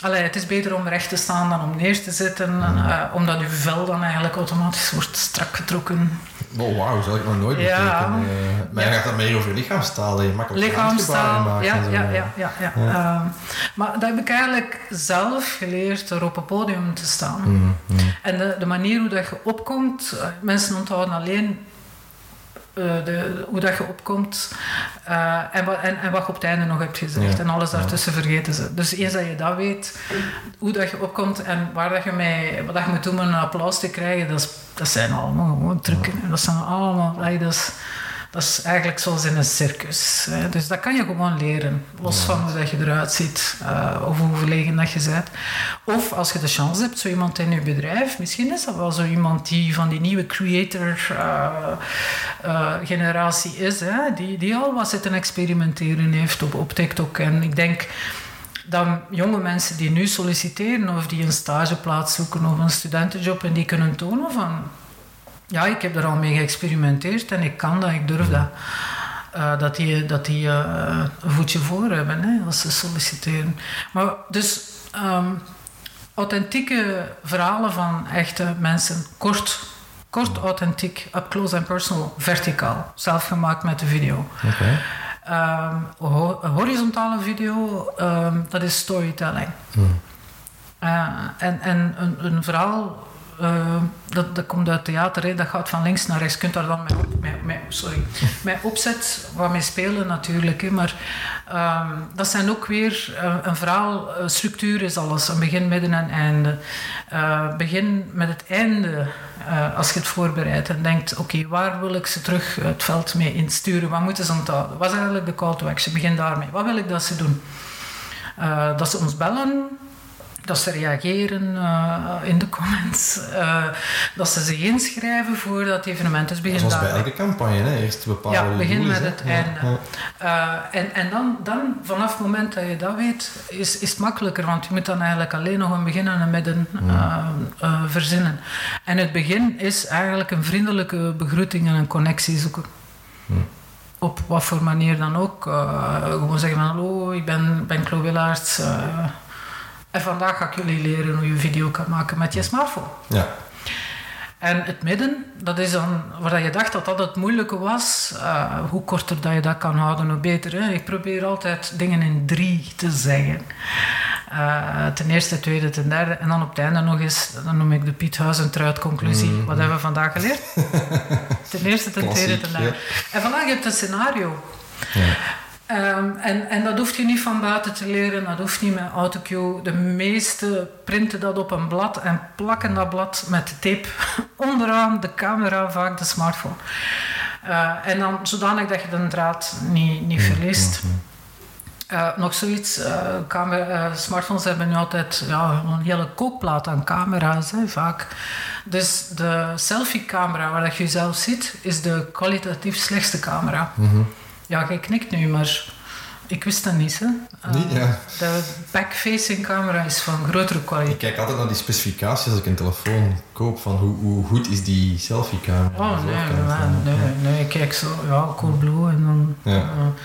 Allee, het is beter om recht te staan dan om neer te zitten, mm. uh, omdat je vel dan eigenlijk automatisch wordt strak getrokken. Oh, wauw, dat heb ik nog nooit ja. bekeken. Uh, maar ja. je gaat dan meer over lichaamstaal, je makkelijk lichaamstaal, maken. Ja, zo. ja, ja, ja, ja. ja. Um, maar dat heb ik eigenlijk zelf geleerd door op een podium te staan. Mm, mm. En de, de manier hoe dat je opkomt, uh, mensen onthouden alleen Uh, de, hoe dat je opkomt uh, en, wat, en, en wat je op het einde nog hebt gezegd. Ja. En alles daartussen ja. vergeten ze. Dus eens dat je dat weet, hoe dat je opkomt en waar dat je mee, wat dat je moet doen om een applaus te krijgen, dat, is, dat zijn allemaal gewoon trucken. Ja. Dat zijn allemaal... Dat is, dat is eigenlijk zoals in een circus. Hè. Dus dat kan je gewoon leren. Los ja. van hoe dat je eruit ziet. Uh, of hoe verlegen dat je bent. Of als je de chance hebt, zo iemand in je bedrijf. Misschien is dat wel zo iemand die van die nieuwe creator uh, uh, generatie is. Hè, die, die al wat zitten experimenteren heeft op, op TikTok. En ik denk dat jonge mensen die nu solliciteren of die een stageplaats zoeken of een studentenjob en die kunnen tonen van... Ja, ik heb er al mee geëxperimenteerd en ik kan dat, ik durf dat. Uh, dat die, dat die uh, een voetje voor hebben hè, als ze solliciteren. Maar dus um, authentieke verhalen van echte mensen, kort, kort authentiek, up close and personal, verticaal, zelf gemaakt met de video. Okay. Um, ho- een horizontale video, um, dat is storytelling. Hmm. Uh, en en een, een verhaal... Uh, dat, dat komt uit theater, hè. Dat gaat van links naar rechts. Je kunt daar dan mee, op, mee, mee, sorry, mee opzet, wat mee spelen natuurlijk. Hè. Maar um, dat zijn ook weer uh, een verhaal. Uh, structuur is alles, een begin, midden en einde. Uh, begin met het einde, uh, als je het voorbereidt en denkt, oké, okay, waar wil ik ze terug het veld mee insturen? Wat moeten ze onthouden? Wat is eigenlijk de call to action? Begin daarmee. Wat wil ik dat ze doen? Uh, dat ze ons bellen. Dat ze reageren uh, in de comments. Uh, dat ze zich inschrijven voor dat evenement. Dus begin zoals daar. bij elke campagne, hè? Eerst bepalen ja, begin doel met is, het ja. einde. Ja. Uh, en en dan, dan, vanaf het moment dat je dat weet, is, is het makkelijker. Want je moet dan eigenlijk alleen nog een begin en een midden uh, uh, verzinnen. En het begin is eigenlijk een vriendelijke begroeting en een connectie zoeken. Ja. Op wat voor manier dan ook. Uh, gewoon zeggen van, hallo, ik ben, ben Chloe Willaerts. Uh, En vandaag ga ik jullie leren hoe je video kan maken met je smartphone. Ja. En het midden, dat is dan waar je dacht dat dat het moeilijke was. Uh, hoe korter dat je dat kan houden, hoe beter. Hè? Ik probeer altijd dingen in drie te zeggen. Uh, ten eerste, tweede, ten derde. En dan op het einde nog eens, dan noem ik de Piet Huizentruid conclusie. Mm-hmm. Wat hebben we vandaag geleerd? Ten eerste, ten Klassiek, tweede, ten derde. Ja. En vandaag heb je een scenario. Ja. Um, en, en dat hoef je niet van buiten te leren, dat hoeft niet met autocue. De meeste printen dat op een blad en plakken dat blad met tape onderaan de camera, vaak de smartphone. Uh, en dan zodanig dat je de draad niet, niet verliest. Uh, nog zoiets, uh, camera, uh, smartphones hebben nu altijd ja, een hele kookplaat aan camera's, hè, vaak. Dus de selfie-camera waar dat je jezelf ziet, is de kwalitatief slechtste camera. Mm-hmm. Ja, jij knikt nu, maar ik wist dat niet. Hè. Uh, niet, ja. De back-facing camera is van grotere kwaliteit. Ik kijk altijd naar die specificaties als ik een telefoon koop, van hoe, hoe goed is die selfie-camera. Oh nee, nee, nee, nee, ik kijk zo, ja, Coolblue en dan... Ja.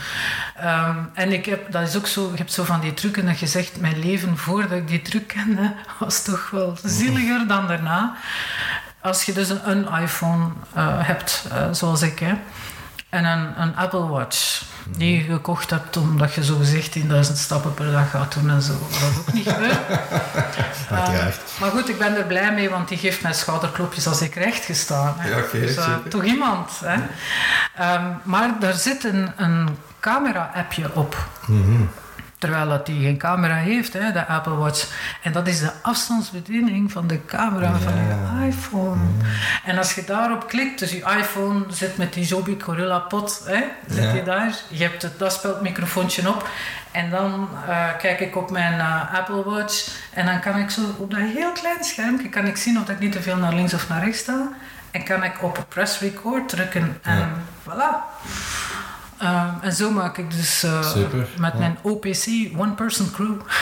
Uh, um, en ik heb, dat is ook zo, je hebt zo van die trucken dat je zegt, mijn leven voordat ik die truc kende, was toch wel zieliger dan daarna. Als je dus een, een iPhone uh, hebt, uh, zoals ik, hè. En een, een Apple Watch die je gekocht hebt omdat je zogezegd tienduizend stappen per dag gaat doen en zo. Dat is ook niet gebeurd. uh, maar goed, ik ben er blij mee, want die geeft mij schouderklopjes als ik recht gestaan. Ja, okay, dus, uh, toch iemand. Hè? Um, maar daar zit een, een camera-appje op. Mm-hmm. Terwijl dat die geen camera heeft, hè, de Apple Watch. En dat is de afstandsbediening van de camera ja. van je iPhone. Ja. En als je daarop klikt, dus je iPhone zit met die Joby Gorilla Pod, hè, zit ja. je daar. Je hebt het, dat spelmicrofoontje op. En dan uh, kijk ik op mijn uh, Apple Watch. En dan kan ik zo op dat heel klein schermpje kan ik zien of ik niet te veel naar links of naar rechts sta. En kan ik op press record drukken. En ja. voilà. Uh, en zo maak ik dus uh, met ja. mijn O P C, One Person Crew,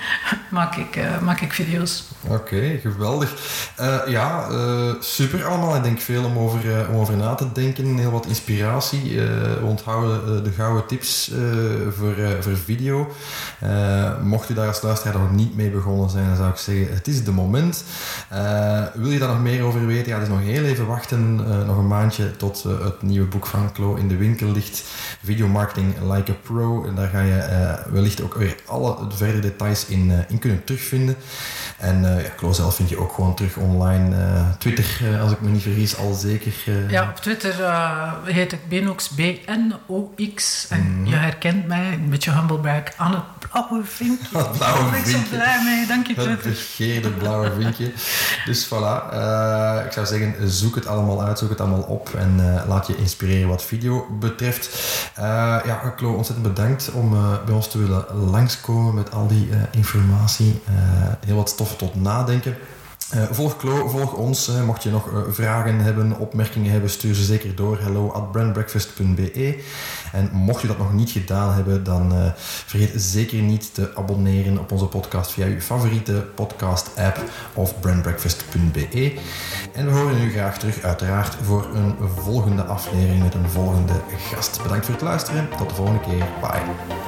maak, ik, uh, maak ik video's. Oké, okay, geweldig. Uh, ja, uh, super allemaal. Ik denk veel om over, uh, om over na te denken. Heel wat inspiratie. Uh, we onthouden uh, de gouden tips uh, voor, uh, voor video. Uh, mocht u daar als luisteraar nog niet mee begonnen zijn, dan zou ik zeggen, het is de moment. Uh, wil je daar nog meer over weten? Ja, dus nog heel even wachten. Uh, nog een maandje tot uh, het nieuwe boek van Chloe in de winkel ligt. Video Marketing Like a Pro. En daar ga je uh, wellicht ook weer alle verdere details in, uh, in kunnen terugvinden. En uh, ja, Chloe zelf vind je ook gewoon terug online. Uh, Twitter, uh, als ik me niet vergis, al zeker. Uh... Ja, op Twitter uh, heet ik Benox, B N O X. En mm. je herkent mij, een beetje humble brag, aan het blauwe vinkje. Het blauwe Daar ben ik zo blij mee, dank je Twitter. Het begeerde blauwe vinkje. Dus voilà, uh, ik zou zeggen, zoek het allemaal uit, zoek het allemaal op en uh, laat je inspireren wat video betreft. Uh, ja, Chloe, ontzettend bedankt om uh, bij ons te willen langskomen met al die uh, informatie. Uh, heel wat stof tot nadenken. Uh, volg Chloe, volg ons. Uh, mocht je nog uh, vragen hebben, opmerkingen hebben, stuur ze zeker door. hello at brandbreakfast punt b e. En mocht je dat nog niet gedaan hebben, dan uh, vergeet zeker niet te abonneren op onze podcast via je favoriete podcast-app of brandbreakfast punt b e. En we horen u graag terug, uiteraard, voor een volgende aflevering met een volgende gast. Bedankt voor het luisteren. Tot de volgende keer. Bye.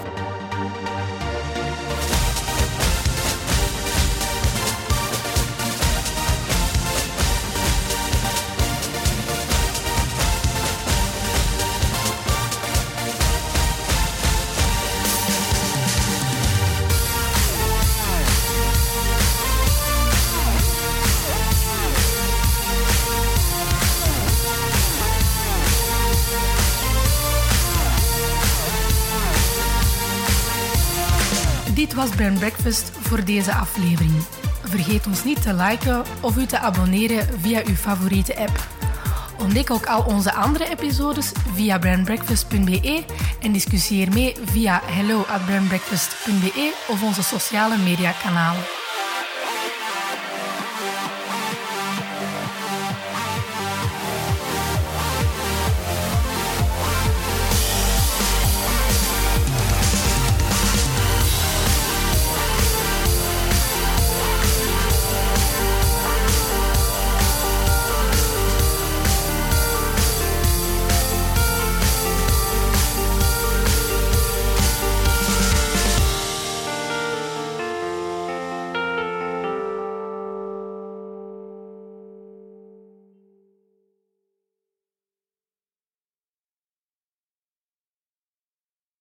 Dit was Brand Breakfast voor deze aflevering. Vergeet ons niet te liken of u te abonneren via uw favoriete app. Ontdek ook al onze andere episodes via brandbreakfast punt b e en discussieer mee via hello at brandbreakfast punt b e of onze sociale media kanalen.